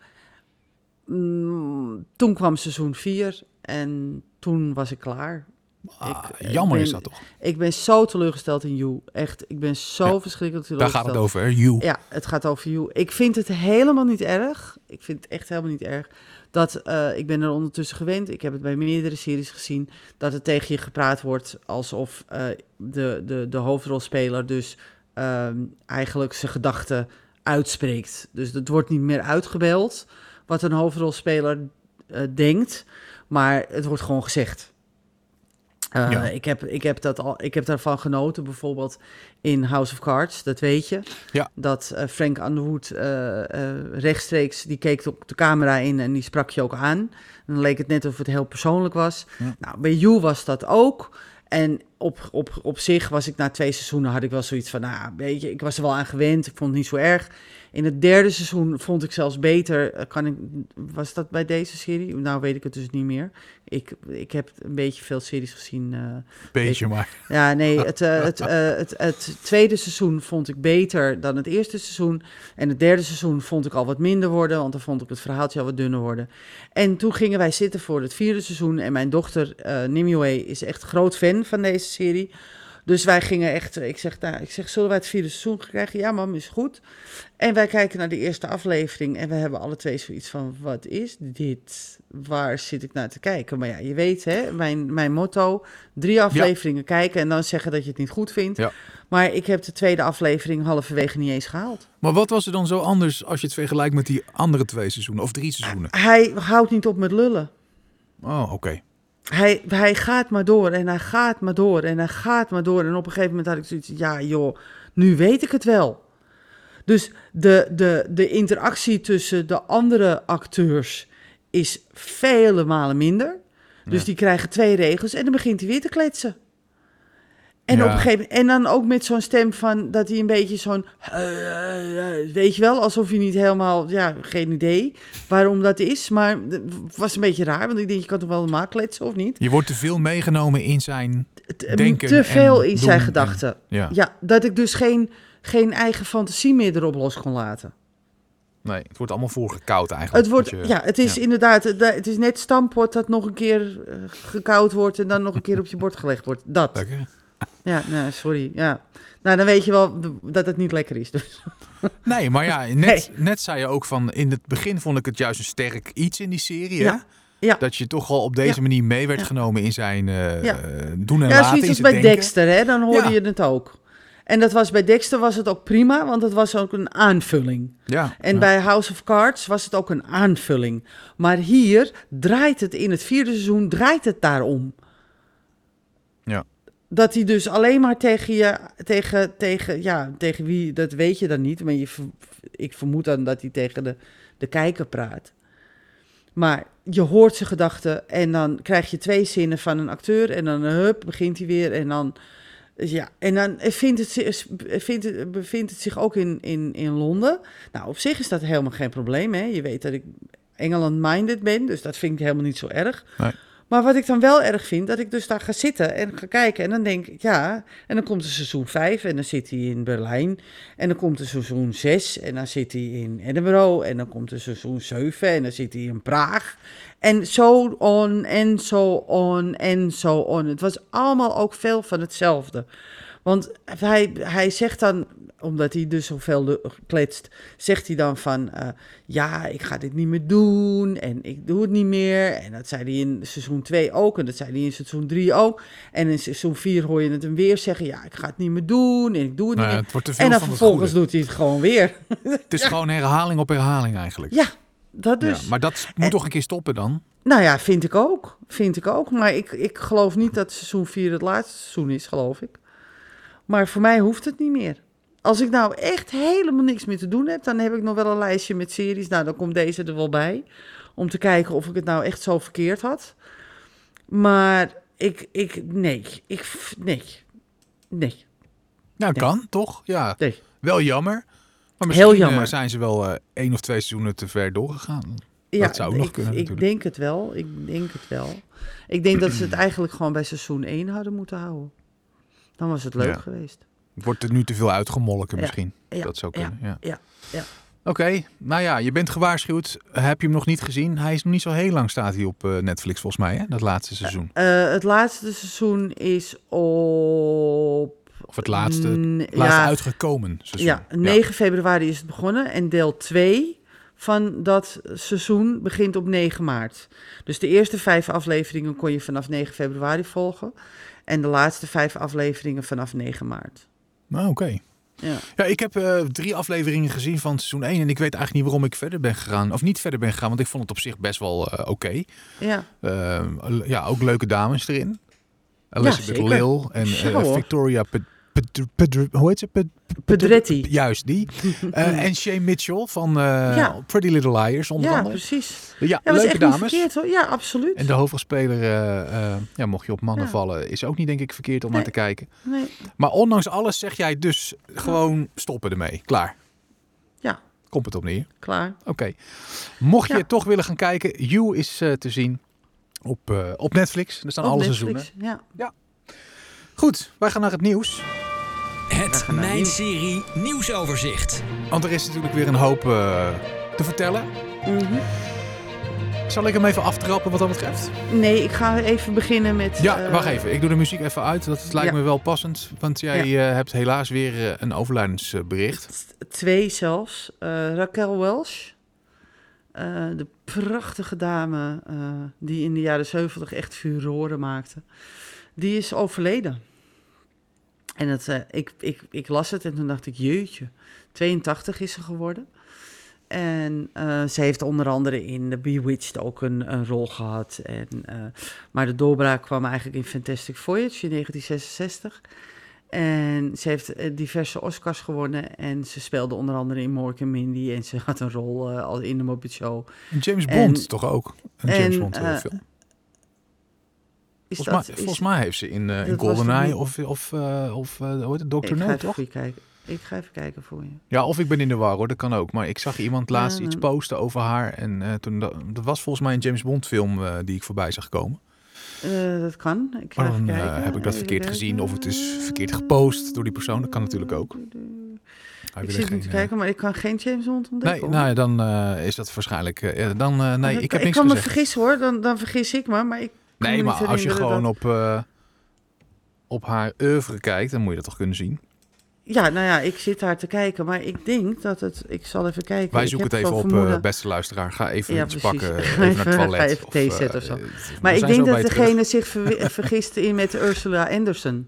[SPEAKER 3] Mm, toen kwam seizoen vier en toen was ik klaar.
[SPEAKER 2] ah,
[SPEAKER 3] ik
[SPEAKER 2] jammer
[SPEAKER 3] ben-
[SPEAKER 2] is dat toch?
[SPEAKER 3] Ik ben zo teleurgesteld in You. Echt, ik ben zo
[SPEAKER 2] Ja,
[SPEAKER 3] verschrikkelijk
[SPEAKER 2] Daar
[SPEAKER 3] teleurgesteld.
[SPEAKER 2] gaat het over, hè? You.
[SPEAKER 3] Ja, het gaat over You. Ik vind het helemaal niet erg. Ik vind het echt helemaal niet erg. Dat, uh, ik ben er ondertussen gewend. Ik heb het bij meerdere series gezien. Dat het tegen je gepraat wordt alsof uh, de, de, de hoofdrolspeler dus uh, eigenlijk zijn gedachten uitspreekt. Dus het wordt niet meer uitgebeeld wat een hoofdrolspeler uh, denkt. Maar het wordt gewoon gezegd. Uh,
[SPEAKER 2] Ja.
[SPEAKER 3] ik, heb, ik, heb dat al, ik heb daarvan genoten, bijvoorbeeld in House of Cards, dat weet je.
[SPEAKER 2] Ja.
[SPEAKER 3] Dat uh, Frank Underwood uh, uh, rechtstreeks, die keek op de camera in en die sprak je ook aan. En dan leek het net of het heel persoonlijk was.
[SPEAKER 2] Ja.
[SPEAKER 3] Nou, bij You was dat ook. En op, op, op zich was ik na twee seizoenen, had ik wel zoiets van, nou, weet je, ik was er wel aan gewend, ik vond het niet zo erg. In het derde seizoen vond ik zelfs beter. Kan ik, was dat bij deze serie? Nou weet ik het dus niet meer. Ik, ik heb een beetje veel series gezien. Uh,
[SPEAKER 2] Beetje
[SPEAKER 3] ik,
[SPEAKER 2] maar.
[SPEAKER 3] Ja, nee, het, uh, het, uh, het, het tweede seizoen vond ik beter dan het eerste seizoen. En het derde seizoen vond ik al wat minder worden, want dan vond ik het verhaaltje al wat dunner worden. En toen gingen wij zitten voor het vierde seizoen. En mijn dochter, uh, Nimue, is echt groot fan van deze serie. Dus wij gingen echt, ik zeg, nou, ik zeg, zullen wij het vierde seizoen krijgen? Ja, mam, is goed. En wij kijken naar de eerste aflevering en we hebben alle twee zoiets van, wat is dit? Waar zit ik naar te kijken? Maar ja, je weet, hè, mijn, mijn motto, drie afleveringen ja. kijken en dan zeggen dat je het niet goed vindt.
[SPEAKER 2] Ja.
[SPEAKER 3] Maar ik heb de tweede aflevering halverwege niet eens gehaald.
[SPEAKER 2] Maar wat was er dan zo anders als je het vergelijkt met die andere twee seizoenen of drie seizoenen?
[SPEAKER 3] Hij houdt niet op met lullen.
[SPEAKER 2] Oh, oké. Okay.
[SPEAKER 3] hij, hij gaat maar door en hij gaat maar door en hij gaat maar door. En op een gegeven moment had ik zoiets, ja joh, nu weet ik het wel. Dus de, de, de interactie tussen de andere acteurs is vele malen minder. Dus
[SPEAKER 2] Ja.
[SPEAKER 3] die krijgen twee regels en dan begint hij weer te kletsen. En,
[SPEAKER 2] Ja.
[SPEAKER 3] op een gegeven, en dan ook met zo'n stem van dat hij een beetje zo'n... weet je wel, alsof hij niet helemaal... Ja, geen idee waarom dat is. Maar het was een beetje raar, want ik denk, je kan toch wel normaal kletsen of niet?
[SPEAKER 2] Je wordt te veel meegenomen in zijn
[SPEAKER 3] Te-
[SPEAKER 2] denken
[SPEAKER 3] te veel
[SPEAKER 2] en
[SPEAKER 3] in
[SPEAKER 2] doen
[SPEAKER 3] zijn
[SPEAKER 2] en-
[SPEAKER 3] gedachten.
[SPEAKER 2] Ja.
[SPEAKER 3] Ja, dat ik dus geen, geen eigen fantasie meer erop los kon laten.
[SPEAKER 2] Nee, het wordt allemaal voorgekoud eigenlijk.
[SPEAKER 3] Het wordt,
[SPEAKER 2] Dat je-
[SPEAKER 3] ja, het is
[SPEAKER 2] ja.
[SPEAKER 3] inderdaad, het, het is net stampot dat nog een keer eh, gekoud wordt en dan nog een keer op je bord gelegd wordt. Dat.
[SPEAKER 2] Lekker.
[SPEAKER 3] Ja, nou, sorry. Ja. Nou, dan weet je wel dat het niet lekker is. Dus.
[SPEAKER 2] Nee, maar ja, net, net zei je ook van... In het begin vond ik het juist een sterk iets in die serie. Hè?
[SPEAKER 3] Ja. Ja.
[SPEAKER 2] Dat je toch al op deze
[SPEAKER 3] Ja.
[SPEAKER 2] manier mee werd
[SPEAKER 3] Ja.
[SPEAKER 2] genomen in zijn uh,
[SPEAKER 3] Ja.
[SPEAKER 2] doen en
[SPEAKER 3] Ja,
[SPEAKER 2] laten.
[SPEAKER 3] zoiets
[SPEAKER 2] in
[SPEAKER 3] als
[SPEAKER 2] zijn
[SPEAKER 3] bij
[SPEAKER 2] denken.
[SPEAKER 3] Dexter, hè? Dan hoorde
[SPEAKER 2] Ja.
[SPEAKER 3] je het ook. En dat was bij Dexter was het ook prima, want het was ook een aanvulling.
[SPEAKER 2] Ja.
[SPEAKER 3] En
[SPEAKER 2] ja.
[SPEAKER 3] bij House of Cards was het ook een aanvulling. Maar hier draait het in het vierde seizoen draait het daarom.
[SPEAKER 2] Ja.
[SPEAKER 3] Dat hij dus alleen maar tegen je, tegen, tegen, ja, tegen wie, dat weet je dan niet. Maar je, ver- ik vermoed dan dat hij tegen de, de kijker praat. Maar je hoort zijn gedachten en dan krijg je twee zinnen van een acteur. En dan hup, begint hij weer en dan... Ja, en dan vindt het, zich- vindt het, bevindt het zich ook in, in, in Londen. Nou, op zich is dat helemaal geen probleem. Hè? Je weet dat ik Engeland-minded ben, dus dat vind ik helemaal niet zo erg.
[SPEAKER 2] Nee.
[SPEAKER 3] Maar wat ik dan wel erg vind, dat ik dus daar ga zitten en ga kijken. En dan denk ik, ja, en dan komt er seizoen vijf en dan zit hij in Berlijn. En dan komt er seizoen zes en dan zit hij in Edinburgh. En dan komt er seizoen zeven en dan zit hij in Praag. En zo on en zo on en zo on. Het was allemaal ook veel van hetzelfde. Want hij, hij zegt dan, omdat hij dus zoveel lu- kletst, zegt hij dan van... eh, ja, ik ga dit niet meer doen en ik doe het niet meer. En dat zei hij in seizoen twee ook en dat zei hij in seizoen drie ook. En in seizoen vier hoor je het hem weer zeggen... ja, ik ga het niet meer doen en ik doe het
[SPEAKER 2] Nou
[SPEAKER 3] niet
[SPEAKER 2] ja,
[SPEAKER 3] meer.
[SPEAKER 2] het wordt te veel
[SPEAKER 3] En dan
[SPEAKER 2] van het
[SPEAKER 3] vervolgens
[SPEAKER 2] goede.
[SPEAKER 3] doet hij het gewoon weer.
[SPEAKER 2] Het is gewoon herhaling op herhaling eigenlijk.
[SPEAKER 3] Ja, dat dus.
[SPEAKER 2] Ja, maar dat moet
[SPEAKER 3] En-
[SPEAKER 2] toch een keer stoppen dan?
[SPEAKER 3] Nou ja, vind ik ook. Vind ik ook. Maar ik, ik geloof niet dat seizoen vier het laatste seizoen is, geloof ik. Maar voor mij hoeft het niet meer. Als ik nou echt helemaal niks meer te doen heb, dan heb ik nog wel een lijstje met series. Nou, dan komt deze er wel bij. Om te kijken of ik het nou echt zo verkeerd had. Maar ik, ik, nee. Ik, nee. Nee.
[SPEAKER 2] Nou,
[SPEAKER 3] Nee.
[SPEAKER 2] kan, toch? Ja,
[SPEAKER 3] Nee.
[SPEAKER 2] wel jammer. Maar misschien
[SPEAKER 3] Heel jammer.
[SPEAKER 2] eh, zijn ze wel eh, één of twee seizoenen te ver doorgegaan.
[SPEAKER 3] Ja,
[SPEAKER 2] Dat zou ook nog
[SPEAKER 3] ik,
[SPEAKER 2] kunnen
[SPEAKER 3] Ik
[SPEAKER 2] natuurlijk.
[SPEAKER 3] denk het wel. Ik denk het wel. Ik denk dat ze het eigenlijk gewoon bij seizoen één hadden moeten houden. Dan was het leuk
[SPEAKER 2] Ja.
[SPEAKER 3] geweest.
[SPEAKER 2] Wordt er nu te veel uitgemolken
[SPEAKER 3] Ja.
[SPEAKER 2] misschien?
[SPEAKER 3] Ja.
[SPEAKER 2] Dat zou kunnen, ja.
[SPEAKER 3] Ja. Ja.
[SPEAKER 2] Oké, nou ja, je bent gewaarschuwd. Heb je hem nog niet gezien? Hij is nog niet zo heel lang, staat hij op eh, Netflix volgens mij, hè? Dat laatste seizoen.
[SPEAKER 3] Eh, het laatste seizoen is op...
[SPEAKER 2] Of het laatste,
[SPEAKER 3] Mm,
[SPEAKER 2] laatste
[SPEAKER 3] ja,
[SPEAKER 2] uitgekomen seizoen.
[SPEAKER 3] ja, negen februari is het begonnen. En deel twee van dat seizoen begint op negen maart. Dus de eerste vijf afleveringen kon je vanaf negen februari volgen. En de laatste vijf afleveringen vanaf negen maart.
[SPEAKER 2] Nou, oké.
[SPEAKER 3] Ja.
[SPEAKER 2] Ja, ik heb eh, drie afleveringen gezien van seizoen één. En ik weet eigenlijk niet waarom ik verder ben gegaan. Of niet verder ben gegaan, want ik vond het op zich best wel eh, oké.
[SPEAKER 3] Ja.
[SPEAKER 2] Eh, ja, ook leuke dames erin. Elizabeth
[SPEAKER 3] zeker.
[SPEAKER 2] Lill en
[SPEAKER 3] Ja,
[SPEAKER 2] eh,
[SPEAKER 3] hoor.
[SPEAKER 2] Victoria Ped- Ped- Ped- hoe heet ze? Ped-
[SPEAKER 3] Pedretti.
[SPEAKER 2] Juist, die. Eh, en Shay Mitchell van eh,
[SPEAKER 3] Ja.
[SPEAKER 2] Pretty Little Liars, onder
[SPEAKER 3] Ja,
[SPEAKER 2] andere.
[SPEAKER 3] precies.
[SPEAKER 2] Ja,
[SPEAKER 3] Ja, was
[SPEAKER 2] leuke
[SPEAKER 3] echt
[SPEAKER 2] dames.
[SPEAKER 3] niet verkeerd hoor. Ja, absoluut.
[SPEAKER 2] En de hoofdrolspeler, eh, eh, ja, mocht je op mannen
[SPEAKER 3] Ja.
[SPEAKER 2] vallen, is ook niet denk ik verkeerd om
[SPEAKER 3] Nee.
[SPEAKER 2] naar te kijken.
[SPEAKER 3] Nee.
[SPEAKER 2] Maar ondanks alles zeg jij dus gewoon stoppen ermee. Klaar.
[SPEAKER 3] Ja,
[SPEAKER 2] Komt het op neer.
[SPEAKER 3] klaar.
[SPEAKER 2] Oké. Mocht je
[SPEAKER 3] Ja.
[SPEAKER 2] toch willen gaan kijken, You is eh, te zien op, eh, op Netflix. Er staan
[SPEAKER 3] Op
[SPEAKER 2] alle
[SPEAKER 3] Netflix,
[SPEAKER 2] seizoenen.
[SPEAKER 3] Ja.
[SPEAKER 2] Goed, wij gaan naar het nieuws.
[SPEAKER 1] Het
[SPEAKER 3] gaan naar
[SPEAKER 1] Mijn
[SPEAKER 3] nieuws.
[SPEAKER 1] Serie nieuwsoverzicht.
[SPEAKER 2] Want er is natuurlijk weer een hoop eh, te vertellen.
[SPEAKER 3] Mhm.
[SPEAKER 2] Zal ik hem even aftrappen wat dat betreft?
[SPEAKER 3] Nee, ik ga even beginnen met...
[SPEAKER 2] Ja,
[SPEAKER 3] eh,
[SPEAKER 2] wacht even. Ik doe de muziek even uit. Dat lijkt
[SPEAKER 3] ja.
[SPEAKER 2] me wel passend. Want jij eh, hebt helaas weer eh, een overlijdensbericht.
[SPEAKER 3] t- Twee zelfs. Eh, Raquel Welch. Eh, de prachtige dame eh, die in de jaren zeventig echt furoren maakte. Die is overleden. En het, eh, ik, ik, ik las het en toen dacht ik, jeetje. tweeëntachtig is ze geworden. En uh, ze heeft onder andere in The Bewitched ook een, een rol gehad. En, uh, maar de doorbraak kwam eigenlijk in Fantastic Voyage in negentien zesenzestig. En ze heeft uh, diverse Oscars gewonnen. En ze speelde onder andere in Mork en Mindy. En ze had een rol uh, in de Muppet Show.
[SPEAKER 2] James Bond
[SPEAKER 3] en,
[SPEAKER 2] toch ook? Een James
[SPEAKER 3] en,
[SPEAKER 2] Bond uh, film.
[SPEAKER 3] Is
[SPEAKER 2] volgens,
[SPEAKER 3] dat,
[SPEAKER 2] mij,
[SPEAKER 3] is,
[SPEAKER 2] volgens mij heeft ze in, uh, in GoldenEye of, of, uh, of uh, hoe heet het, doctor No, toch?
[SPEAKER 3] Kijken. Ik ga even kijken voor je.
[SPEAKER 2] Ja, of ik ben in de war hoor, dat kan ook. Maar ik zag iemand laatst
[SPEAKER 3] ja,
[SPEAKER 2] iets posten over haar. En uh, toen, dat, dat was volgens mij een James Bond film uh, die ik voorbij zag komen.
[SPEAKER 3] Uh, dat kan. Ik ga
[SPEAKER 2] maar dan
[SPEAKER 3] even
[SPEAKER 2] uh,
[SPEAKER 3] kijken.
[SPEAKER 2] heb ik dat
[SPEAKER 3] even
[SPEAKER 2] verkeerd
[SPEAKER 3] kijken.
[SPEAKER 2] gezien. Of het is verkeerd gepost door die persoon. Dat kan natuurlijk ook. Hij
[SPEAKER 3] ik zit
[SPEAKER 2] geen,
[SPEAKER 3] nu te kijken, maar ik kan geen James Bond ontdekken.
[SPEAKER 2] Nee, nou, dan uh, is dat waarschijnlijk... Uh, dan, uh, nee, ik, ik heb
[SPEAKER 3] ik
[SPEAKER 2] niks
[SPEAKER 3] kan
[SPEAKER 2] gezegd.
[SPEAKER 3] me vergissen hoor, dan, dan vergis ik me. Maar ik
[SPEAKER 2] nee,
[SPEAKER 3] me
[SPEAKER 2] maar
[SPEAKER 3] niet
[SPEAKER 2] als je gewoon
[SPEAKER 3] dat...
[SPEAKER 2] op, uh, op haar oeuvre kijkt, dan moet je dat toch kunnen zien.
[SPEAKER 3] Ja, nou ja, ik zit daar te kijken, maar ik denk dat het... Ik zal even kijken.
[SPEAKER 2] Wij zoeken het even op, uh, beste luisteraar. Ga even
[SPEAKER 3] ja,
[SPEAKER 2] iets
[SPEAKER 3] precies.
[SPEAKER 2] pakken, even naar het toilet.
[SPEAKER 3] Ga even thee zetten of zo. Uh, maar ik denk dat degene zich ver- vergist in met Ursula Anderson.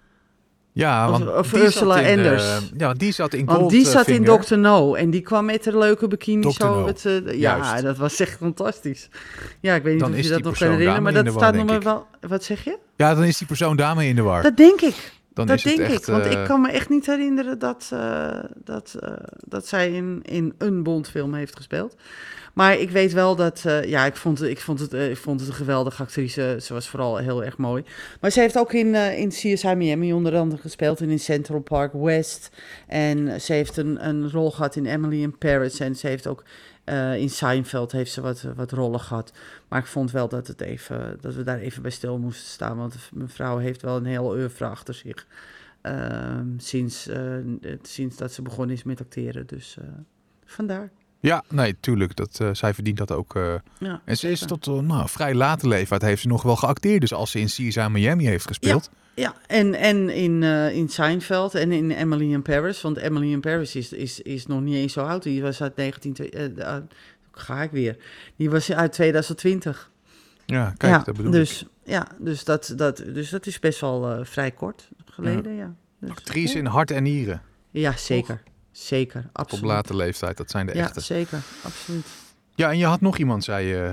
[SPEAKER 2] Ja, want
[SPEAKER 3] of, of
[SPEAKER 2] die
[SPEAKER 3] Ursula
[SPEAKER 2] zat in,
[SPEAKER 3] Anders.
[SPEAKER 2] Uh, ja, die zat in
[SPEAKER 3] Want
[SPEAKER 2] Goldfinger.
[SPEAKER 3] die zat in doctor No en die kwam met een leuke bikini
[SPEAKER 2] doctor
[SPEAKER 3] zo.
[SPEAKER 2] No.
[SPEAKER 3] Met, uh, ja, Juist. Dat was echt fantastisch. Ja, ik weet niet
[SPEAKER 2] dan
[SPEAKER 3] of je dat nog kan herinneren, maar dat
[SPEAKER 2] war,
[SPEAKER 3] staat nog maar wel... Wat zeg je?
[SPEAKER 2] Ja, dan is die persoon daarmee in de war.
[SPEAKER 3] Dat denk ik.
[SPEAKER 2] Dan
[SPEAKER 3] dat
[SPEAKER 2] is het
[SPEAKER 3] denk
[SPEAKER 2] echt,
[SPEAKER 3] ik, want
[SPEAKER 2] uh...
[SPEAKER 3] ik kan me echt niet herinneren dat, uh, dat, uh, dat zij in, in een Bondfilm heeft gespeeld. Maar ik weet wel dat, uh, ja, ik vond, ik, vond het, uh, ik vond het een geweldige actrice. Ze was vooral heel erg mooi. Maar ze heeft ook in, uh, in C S I Miami onder andere gespeeld en in Central Park West. En ze heeft een, een rol gehad in Emily in Paris. En ze heeft ook uh, in Seinfeld heeft ze wat, wat rollen gehad. Maar ik vond wel dat, het even, dat we daar even bij stil moesten staan. Want mevrouw heeft wel een heel oeuvre achter zich. Uh, sinds, uh, sinds dat ze begonnen is met acteren. Dus uh, vandaar.
[SPEAKER 2] Ja, nee, tuurlijk. Dat, uh, zij verdient dat ook. Uh,
[SPEAKER 3] ja,
[SPEAKER 2] en ze is tot uh, nou, vrij late leeftijd heeft ze nog wel geacteerd. Dus als ze in C S I Miami heeft gespeeld.
[SPEAKER 3] Ja, ja. en, en in, uh, in Seinfeld en in Emily in Paris. Want Emily in Paris is, is, is nog niet eens zo oud. Die was uit negentien... Uh, uh, ga ik weer. Die was uit twintig twintig.
[SPEAKER 2] Ja, kijk,
[SPEAKER 3] ja,
[SPEAKER 2] dat bedoel
[SPEAKER 3] dus,
[SPEAKER 2] ik.
[SPEAKER 3] Ja, dus dat, dat, dus dat is best wel uh, vrij kort geleden, ja. ja. Dus,
[SPEAKER 2] actrice
[SPEAKER 3] ja.
[SPEAKER 2] in hart en nieren.
[SPEAKER 3] Ja, zeker. Och. Zeker, absoluut.
[SPEAKER 2] Op late leeftijd, dat zijn de
[SPEAKER 3] ja,
[SPEAKER 2] echte.
[SPEAKER 3] Ja, zeker, absoluut.
[SPEAKER 2] Ja, en je had nog iemand, zei je.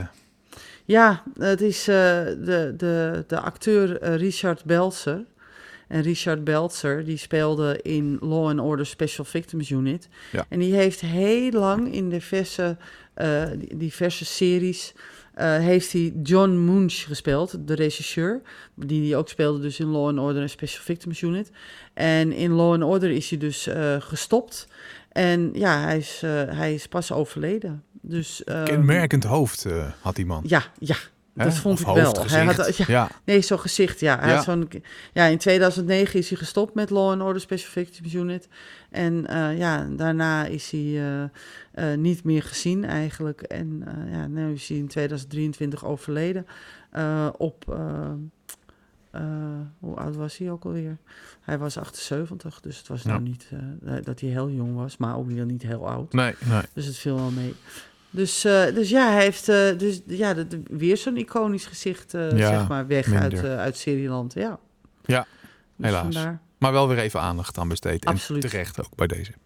[SPEAKER 3] Ja, het is uh, de, de, de acteur uh, Richard Belzer. En Richard Belzer, die speelde in Law and Order Special Victims Unit.
[SPEAKER 2] Ja.
[SPEAKER 3] En die heeft heel lang in diverse, uh, diverse series... Uh, heeft hij John Munch gespeeld, de regisseur, die hij ook speelde dus in Law and Order en Special Victims Unit. En in Law and Order is hij dus uh, gestopt. En ja, hij is, uh, hij is pas overleden. Dus, uh,
[SPEAKER 2] kenmerkend hoofd uh, had die man.
[SPEAKER 3] Ja, ja. Dat
[SPEAKER 2] He?
[SPEAKER 3] vond
[SPEAKER 2] of
[SPEAKER 3] ik wel.
[SPEAKER 2] Hij
[SPEAKER 3] had, ja,
[SPEAKER 2] ja.
[SPEAKER 3] Nee, zo'n gezicht, ja. Hij
[SPEAKER 2] ja.
[SPEAKER 3] Had zo'n, ja. In tweeduizend negen is hij gestopt met Law and Order Special Victims Unit. En uh, ja, daarna is hij uh, uh, niet meer gezien eigenlijk. En uh, ja, nu is hij in tweeduizend drieëntwintig overleden. Uh, op, uh, uh, hoe oud was hij ook alweer? Hij was achtenzeventig, dus het was ja. nou niet uh, dat hij heel jong was, maar ook weer niet heel oud.
[SPEAKER 2] Nee, nee.
[SPEAKER 3] Dus het viel wel mee. Dus, uh, dus ja, hij heeft uh, dus, ja, de, de, weer zo'n iconisch gezicht uh, ja, zeg maar, weg uit, uh, uit Serieland. Ja,
[SPEAKER 2] ja
[SPEAKER 3] dus
[SPEAKER 2] helaas.
[SPEAKER 3] Vandaar.
[SPEAKER 2] Maar wel weer even aandacht aan besteed.
[SPEAKER 3] Absoluut.
[SPEAKER 2] En terecht ook bij deze.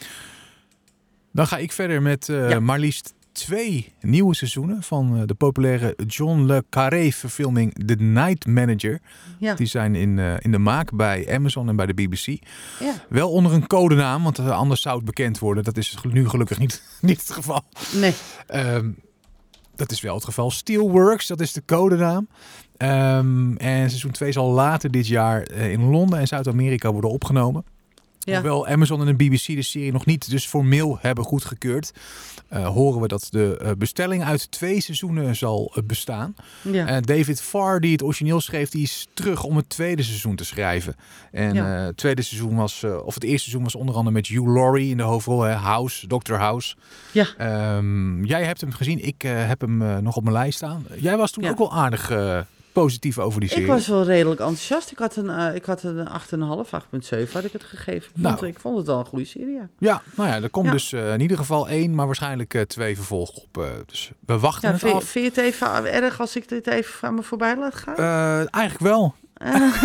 [SPEAKER 2] Dan ga ik verder met uh, ja. maar liefst twee nieuwe seizoenen van uh, de populaire John le Carré verfilming The Night Manager.
[SPEAKER 3] Ja.
[SPEAKER 2] Die zijn in, uh, in de maak bij Amazon en bij de B B C.
[SPEAKER 3] Ja.
[SPEAKER 2] Wel onder een codenaam, want uh, anders zou het bekend worden. Dat is nu gelukkig niet, niet het geval.
[SPEAKER 3] Nee.
[SPEAKER 2] Um, dat is wel het geval. Steelworks, dat is de codenaam. Um, en seizoen twee zal later dit jaar uh, in Londen en Zuid-Amerika worden opgenomen. Ja. Hoewel Amazon en de B B C de serie nog niet dus formeel hebben goedgekeurd, uh, horen we dat de uh, bestelling uit twee seizoenen zal uh, bestaan.
[SPEAKER 3] Ja.
[SPEAKER 2] Uh, David Farr, die het origineel schreef, die is terug om het tweede seizoen te schrijven. En ja. uh, het tweede seizoen was, uh, of het eerste seizoen was onder andere met Hugh Laurie in de hoofdrol, hè, House, doctor House.
[SPEAKER 3] Ja.
[SPEAKER 2] Um, jij hebt hem gezien, ik uh, heb hem uh, nog op mijn lijst staan. Jij was toen
[SPEAKER 3] ja.
[SPEAKER 2] ook wel aardig Uh, positief over die serie.
[SPEAKER 3] Ik was wel redelijk enthousiast. Ik had een, uh, ik had een acht komma vijf, acht komma zeven had ik het gegeven. Ik,
[SPEAKER 2] nou.
[SPEAKER 3] vond, ik vond het wel een goede serie, ja.
[SPEAKER 2] Ja, nou ja, er komt
[SPEAKER 3] ja.
[SPEAKER 2] dus uh, in ieder geval één, maar waarschijnlijk uh, twee vervolg op. Uh, dus we wachten
[SPEAKER 3] ja,
[SPEAKER 2] het
[SPEAKER 3] vind,
[SPEAKER 2] af.
[SPEAKER 3] Vind je het even erg als ik dit even van me voorbij laat gaan?
[SPEAKER 2] Uh, eigenlijk wel. Uh.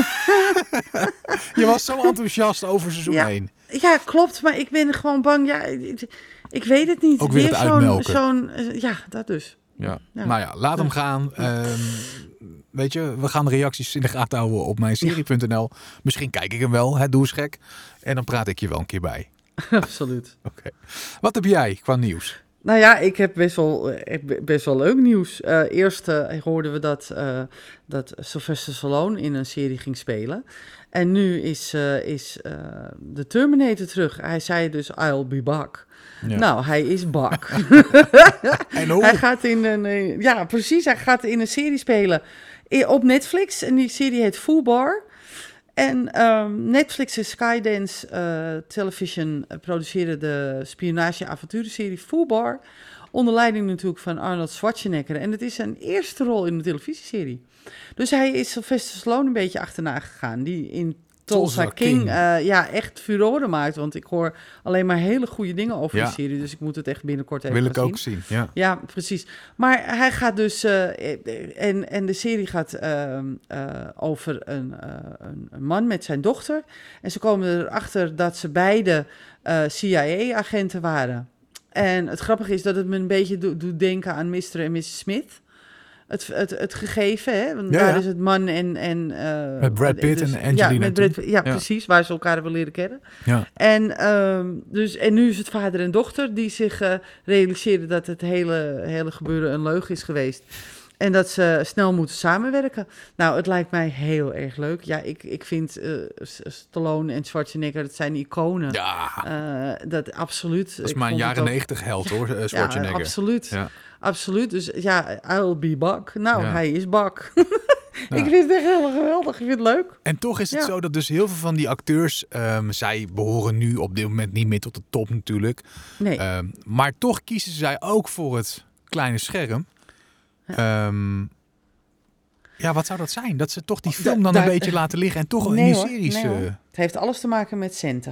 [SPEAKER 2] Je was zo enthousiast over seizoen
[SPEAKER 3] ja.
[SPEAKER 2] één.
[SPEAKER 3] Ja, klopt, maar ik ben gewoon bang. Ja, Ik weet het niet.
[SPEAKER 2] Ook weer het
[SPEAKER 3] zo'n,
[SPEAKER 2] uitmelken.
[SPEAKER 3] zo'n, uh, ja, dat dus.
[SPEAKER 2] Ja.
[SPEAKER 3] Ja.
[SPEAKER 2] Nou ja, laat hem gaan. Um, weet je, we gaan de reacties in de gaten houden op mijnserie punt n l. Misschien kijk ik hem wel, hè, doe eens gek. En dan praat ik je wel een keer bij.
[SPEAKER 3] Absoluut.
[SPEAKER 2] Oké. Okay. Wat heb jij qua nieuws?
[SPEAKER 3] Nou ja, ik heb best wel, best wel leuk nieuws. Uh, eerst uh, hoorden we dat, uh, dat Sylvester Stallone in een serie ging spelen. En nu is, uh, is uh, de Terminator terug. Hij zei dus, I'll be back. Ja. Nou, hij is back.
[SPEAKER 2] En hoe?
[SPEAKER 3] Hij gaat in een, ja, precies. Hij gaat in een serie spelen op Netflix. En die serie heet Fubar. En um, Netflix en Skydance uh, Television uh, produceren de spionage-avonturenserie Fubar. Onder leiding natuurlijk van Arnold Schwarzenegger. En het is zijn eerste rol in de televisieserie. Dus hij is Sylvester Stallone een beetje achterna gegaan. Die in Tulsa King, King. Uh, ja, echt furoren maakt. Want ik hoor alleen maar hele goede dingen over ja. die serie. Dus ik moet het echt binnenkort even
[SPEAKER 2] Wil
[SPEAKER 3] zien.
[SPEAKER 2] ik ook zien, ja.
[SPEAKER 3] Ja, precies. Maar hij gaat dus... Uh, en, en de serie gaat uh, uh, over een, uh, een, een man met zijn dochter. En ze komen erachter dat ze beide uh, C I A-agenten waren. En het grappige is dat het me een beetje do- doet denken aan mister en missus Smith. Het, het, het gegeven, hè? Want ja, daar ja. is het man en... en uh,
[SPEAKER 2] met Brad Pitt dus, en Angelina.
[SPEAKER 3] Ja, met Brad, ja, ja, precies, waar ze elkaar hebben leren kennen.
[SPEAKER 2] Ja.
[SPEAKER 3] En, um, dus, en nu is het vader en dochter die zich uh, realiseren dat het hele, hele gebeuren een leugen is geweest. En dat ze snel moeten samenwerken. Nou, het lijkt mij heel erg leuk. Ja, ik, ik vind uh, Stallone en Schwarzenegger, dat zijn iconen.
[SPEAKER 2] Ja.
[SPEAKER 3] Uh, dat absoluut.
[SPEAKER 2] Dat is maar een jaren negentig held hoor, Schwarzenegger.
[SPEAKER 3] Ja, absoluut.
[SPEAKER 2] Ja.
[SPEAKER 3] Absoluut. Dus ja, I'll be back. Nou,
[SPEAKER 2] ja.
[SPEAKER 3] hij is back. Nou. Ik vind het echt heel geweldig. Ik vind het leuk.
[SPEAKER 2] En toch is het ja. zo dat dus heel veel van die acteurs... Um, zij behoren nu op dit moment niet meer tot de top natuurlijk.
[SPEAKER 3] Nee.
[SPEAKER 2] Um, maar toch kiezen zij ook voor het kleine scherm. Ja. Um, ja, wat zou dat zijn? Dat ze toch die film dan da, da, een beetje laten liggen en toch
[SPEAKER 3] nee,
[SPEAKER 2] in die
[SPEAKER 3] hoor,
[SPEAKER 2] series...
[SPEAKER 3] Nee,
[SPEAKER 2] uh...
[SPEAKER 3] Het heeft alles te maken met centen.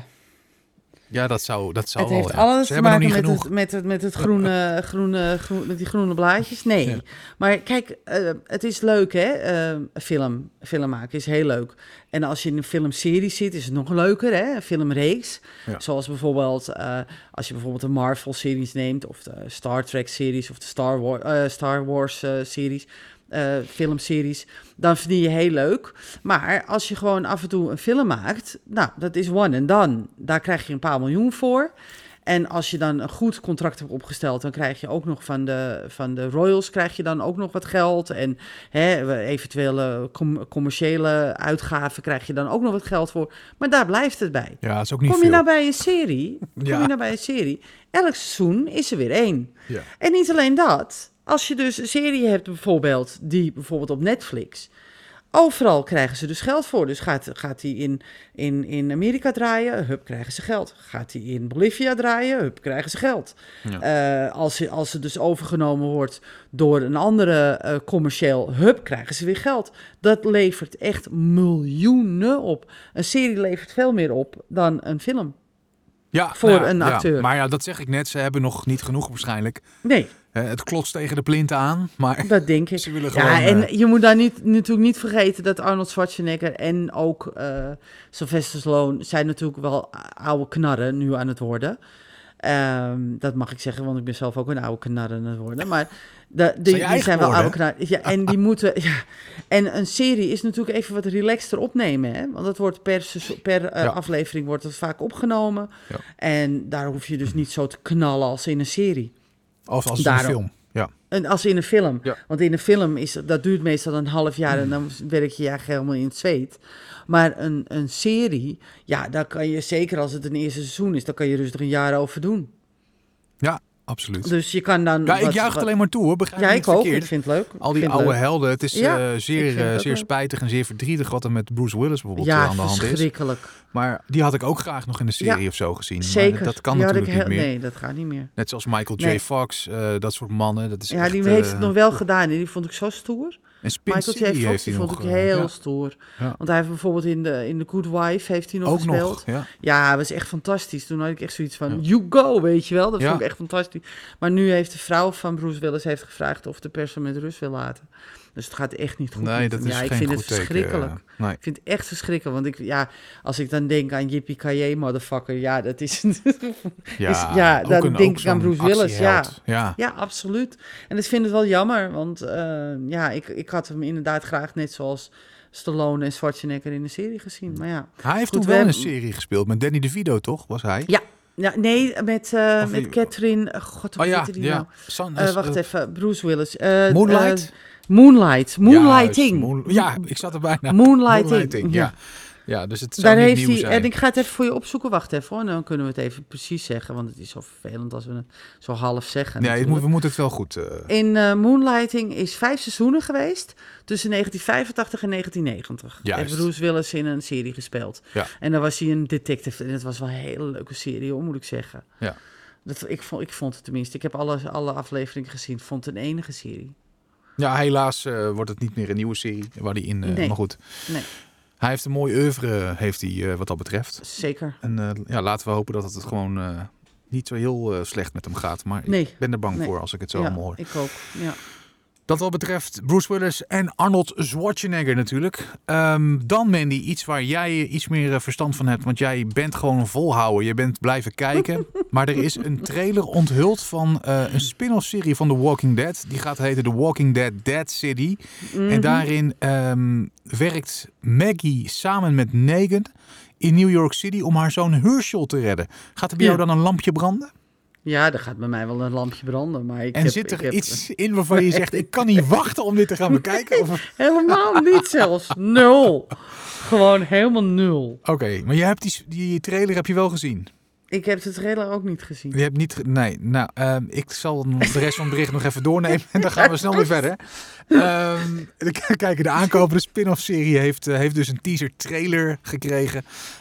[SPEAKER 2] Ja, dat zou, dat zou
[SPEAKER 3] het
[SPEAKER 2] wel,
[SPEAKER 3] heeft
[SPEAKER 2] ja.
[SPEAKER 3] alles
[SPEAKER 2] Ze
[SPEAKER 3] te maken met het, met, het, met het groene, groene, groene, met die groene blaadjes. Nee, ja. Maar kijk, uh, het is leuk hè, uh, film, film maken is heel leuk. En als je in een filmserie zit, is het nog leuker hè, een filmreeks. Ja. Zoals bijvoorbeeld, uh, als je bijvoorbeeld de Marvel-series neemt, of de Star Trek-series, of de Star, War, uh, Star Wars-series. Uh, Uh, filmseries, dan vind je heel leuk. Maar als je gewoon af en toe een film maakt, nou, dat is one and done. Daar krijg je een paar miljoen voor. En als je dan een goed contract hebt opgesteld, dan krijg je ook nog van de, van de royals, krijg je dan ook nog wat geld. En hè, eventuele com- commerciële uitgaven krijg je dan ook nog wat geld voor. Maar daar blijft het bij.
[SPEAKER 2] Ja, dat is ook niet
[SPEAKER 3] Kom
[SPEAKER 2] veel.
[SPEAKER 3] je nou bij een serie, kom
[SPEAKER 2] ja.
[SPEAKER 3] je nou bij een serie, elk seizoen is er weer één.
[SPEAKER 2] Ja.
[SPEAKER 3] En niet alleen dat. Als je dus een serie hebt bijvoorbeeld, die bijvoorbeeld op Netflix, overal krijgen ze dus geld voor. Dus gaat, gaat die in, in, in Amerika draaien, hup, krijgen ze geld. Gaat die in Bolivia draaien, hup, krijgen ze geld. Ja. Uh, als, ze, als ze dus overgenomen wordt door een andere uh, commercieel, hup, krijgen ze weer geld. Dat levert echt miljoenen op. Een serie levert veel meer op dan een film.
[SPEAKER 2] Ja,
[SPEAKER 3] voor
[SPEAKER 2] nou ja,
[SPEAKER 3] een acteur.
[SPEAKER 2] Ja, maar ja, dat zeg ik net. Ze hebben nog niet genoeg waarschijnlijk.
[SPEAKER 3] Nee.
[SPEAKER 2] Uh, het klotst tegen de plint aan, maar
[SPEAKER 3] dat denk ik.
[SPEAKER 2] Ze willen gewoon,
[SPEAKER 3] ja, en
[SPEAKER 2] uh...
[SPEAKER 3] je moet daar niet, natuurlijk niet vergeten dat Arnold Schwarzenegger en ook uh, Sylvester Stallone zijn natuurlijk wel oude knarren nu aan het worden. Um, dat mag ik zeggen, want ik ben zelf ook een oude knarren aan het worden. Maar de, de, die zijn
[SPEAKER 2] geworden,
[SPEAKER 3] wel oude knarren. Ja, en die moeten. Ja. En een serie is natuurlijk even wat relaxter opnemen, hè? Want dat wordt per, per uh, ja. aflevering wordt het vaak opgenomen. Ja. En daar hoef je dus niet zo te knallen als in een serie.
[SPEAKER 2] Of als in een film. Ja.
[SPEAKER 3] En als in een film.
[SPEAKER 2] Ja.
[SPEAKER 3] Want in een film is dat duurt meestal een half jaar en dan werk je ja helemaal in het zweet. Maar een, een serie, ja, daar kan je zeker als het een eerste seizoen is, dan kan je rustig een jaar over doen.
[SPEAKER 2] Ja, absoluut.
[SPEAKER 3] Dus je kan dan.
[SPEAKER 2] Ja, ik
[SPEAKER 3] wat,
[SPEAKER 2] juich het alleen maar toe hoor. Begrijp
[SPEAKER 3] ja,
[SPEAKER 2] ik
[SPEAKER 3] ik ook.
[SPEAKER 2] verkeerd.
[SPEAKER 3] Ik vind het leuk.
[SPEAKER 2] Al die oude leuk. helden. Het is ja, uh, zeer, uh, zeer spijtig en zeer verdrietig wat er met Bruce Willis bijvoorbeeld
[SPEAKER 3] ja,
[SPEAKER 2] aan de hand is. Ja,
[SPEAKER 3] verschrikkelijk.
[SPEAKER 2] Maar die had ik ook graag nog in de serie ja, of zo gezien.
[SPEAKER 3] Zeker.
[SPEAKER 2] Maar dat kan
[SPEAKER 3] die
[SPEAKER 2] natuurlijk
[SPEAKER 3] heel,
[SPEAKER 2] niet meer.
[SPEAKER 3] Nee, dat gaat niet meer.
[SPEAKER 2] Net zoals Michael J. Nee. Fox, uh, dat soort mannen. Dat is
[SPEAKER 3] ja,
[SPEAKER 2] echt,
[SPEAKER 3] die heeft
[SPEAKER 2] uh,
[SPEAKER 3] het nog wel gedaan. Die vond ik zo stoer.
[SPEAKER 2] En Spin
[SPEAKER 3] Michael J. Fox, die vond
[SPEAKER 2] nog,
[SPEAKER 3] ik heel
[SPEAKER 2] ja.
[SPEAKER 3] stoer.
[SPEAKER 2] Ja.
[SPEAKER 3] Want hij heeft bijvoorbeeld in de, in The Good Wife heeft hij nog
[SPEAKER 2] ook
[SPEAKER 3] gespeeld.
[SPEAKER 2] Nog, ja.
[SPEAKER 3] ja, dat was echt fantastisch. Toen had ik echt zoiets van, ja. you go, weet je wel. Dat ja. vond ik echt fantastisch. Maar nu heeft de vrouw van Bruce Willis heeft gevraagd of de pers hem met rust wil laten. Dus het gaat echt niet goed.
[SPEAKER 2] Nee,
[SPEAKER 3] met
[SPEAKER 2] dat
[SPEAKER 3] hem.
[SPEAKER 2] is
[SPEAKER 3] ja, ik
[SPEAKER 2] geen
[SPEAKER 3] vind
[SPEAKER 2] goed
[SPEAKER 3] het
[SPEAKER 2] teken,
[SPEAKER 3] verschrikkelijk.
[SPEAKER 2] uh, nee.
[SPEAKER 3] Ik vind het echt verschrikkelijk. Want ik, ja, als ik dan denk aan Yippie-ki-yay, motherfucker. Ja, dat is...
[SPEAKER 2] Ja,
[SPEAKER 3] is ja
[SPEAKER 2] ook
[SPEAKER 3] dan
[SPEAKER 2] een-
[SPEAKER 3] denk
[SPEAKER 2] ook
[SPEAKER 3] ik aan
[SPEAKER 2] zo'n
[SPEAKER 3] Bruce Willis. Ja.
[SPEAKER 2] actieheld. Ja.
[SPEAKER 3] ja, absoluut. En ik vind het wel jammer. Want uh, ja, ik, ik had hem inderdaad graag net zoals Stallone en Schwarzenegger in de serie gezien. Maar ja.
[SPEAKER 2] Hij heeft
[SPEAKER 3] Goed,
[SPEAKER 2] toen wel
[SPEAKER 3] we
[SPEAKER 2] een
[SPEAKER 3] hebben-
[SPEAKER 2] serie gespeeld met Danny DeVito, toch? Was hij?
[SPEAKER 3] Ja. Ja, nee, met, uh,
[SPEAKER 2] Of
[SPEAKER 3] met
[SPEAKER 2] wie-
[SPEAKER 3] Catherine... oh, God, hoe
[SPEAKER 2] Oh ja,
[SPEAKER 3] heette die
[SPEAKER 2] ja.
[SPEAKER 3] nou?
[SPEAKER 2] San-
[SPEAKER 3] Uh,
[SPEAKER 2] uh,
[SPEAKER 3] wacht
[SPEAKER 2] uh,
[SPEAKER 3] even, Bruce Willis. Uh,
[SPEAKER 2] Moonlight?
[SPEAKER 3] uh, Moonlight. Moonlighting.
[SPEAKER 2] Juist, moon- ja, ik zat er bijna.
[SPEAKER 3] Moonlighting,
[SPEAKER 2] Moonlighting, ja.
[SPEAKER 3] ja.
[SPEAKER 2] Ja, dus het zou
[SPEAKER 3] Daar
[SPEAKER 2] niet
[SPEAKER 3] heeft
[SPEAKER 2] nieuw
[SPEAKER 3] hij,
[SPEAKER 2] zijn.
[SPEAKER 3] en ik ga het even voor je opzoeken. Wacht even hoor, dan kunnen we het even precies zeggen. Want het is zo vervelend als we het zo half zeggen.
[SPEAKER 2] Nee, het moet,
[SPEAKER 3] natuurlijk.
[SPEAKER 2] we moeten het wel goed... Uh,
[SPEAKER 3] In uh, Moonlighting is vijf seizoenen geweest. Tussen negentien vijfentachtig en negentien negentig.
[SPEAKER 2] Juist.
[SPEAKER 3] Heeft Bruce Willis in een serie gespeeld.
[SPEAKER 2] Ja.
[SPEAKER 3] En dan was hij een detective. En het was wel een hele leuke serie, hoor, moet ik zeggen.
[SPEAKER 2] Ja.
[SPEAKER 3] Dat, ik, vond, ik vond het tenminste. Ik heb alle, alle afleveringen gezien. Vond het een enige serie.
[SPEAKER 2] ja, helaas uh, wordt het niet meer een nieuwe serie waar hij in... Uh,
[SPEAKER 3] Nee.
[SPEAKER 2] Maar goed.
[SPEAKER 3] Nee.
[SPEAKER 2] Hij heeft een mooi oeuvre, heeft hij, uh, wat dat betreft.
[SPEAKER 3] Zeker.
[SPEAKER 2] En uh, ja, laten we hopen dat het gewoon uh, niet zo heel uh, slecht met hem gaat. Maar
[SPEAKER 3] Nee.
[SPEAKER 2] ik ben er bang
[SPEAKER 3] Nee.
[SPEAKER 2] voor als ik het zo
[SPEAKER 3] Ja,
[SPEAKER 2] allemaal hoor.
[SPEAKER 3] ik ook. Ja.
[SPEAKER 2] Dat wat betreft Bruce Willis en Arnold Schwarzenegger natuurlijk. Um, dan Mandy, iets waar jij iets meer verstand van hebt. Want jij bent gewoon een volhouwer. Je bent blijven kijken. Maar er is een trailer onthuld van uh, een spin-off serie van The Walking Dead. Die gaat heten The Walking Dead Dead City. Mm-hmm. En daarin um, werkt Maggie samen met Negan in New York City om haar zoon Herschel te redden. Gaat er bij
[SPEAKER 3] ja.
[SPEAKER 2] jou dan een lampje branden?
[SPEAKER 3] Ja, er gaat bij mij wel een lampje branden. Maar ik
[SPEAKER 2] en
[SPEAKER 3] heb,
[SPEAKER 2] zit er
[SPEAKER 3] ik heb...
[SPEAKER 2] iets in waarvan je zegt, ik kan niet wachten om dit te gaan bekijken? Of...
[SPEAKER 3] Helemaal niet zelfs. Nul. Gewoon helemaal nul.
[SPEAKER 2] Oké, okay, maar je hebt die, die trailer heb je wel gezien?
[SPEAKER 3] Ik heb de trailer ook niet gezien.
[SPEAKER 2] Je hebt niet... Ge- nee, nou, um, ik zal de rest van het bericht nog even doornemen. En dan gaan we snel weer verder. Um, kijk, de aankomende spin-off serie heeft, uh, heeft dus een teaser trailer gekregen.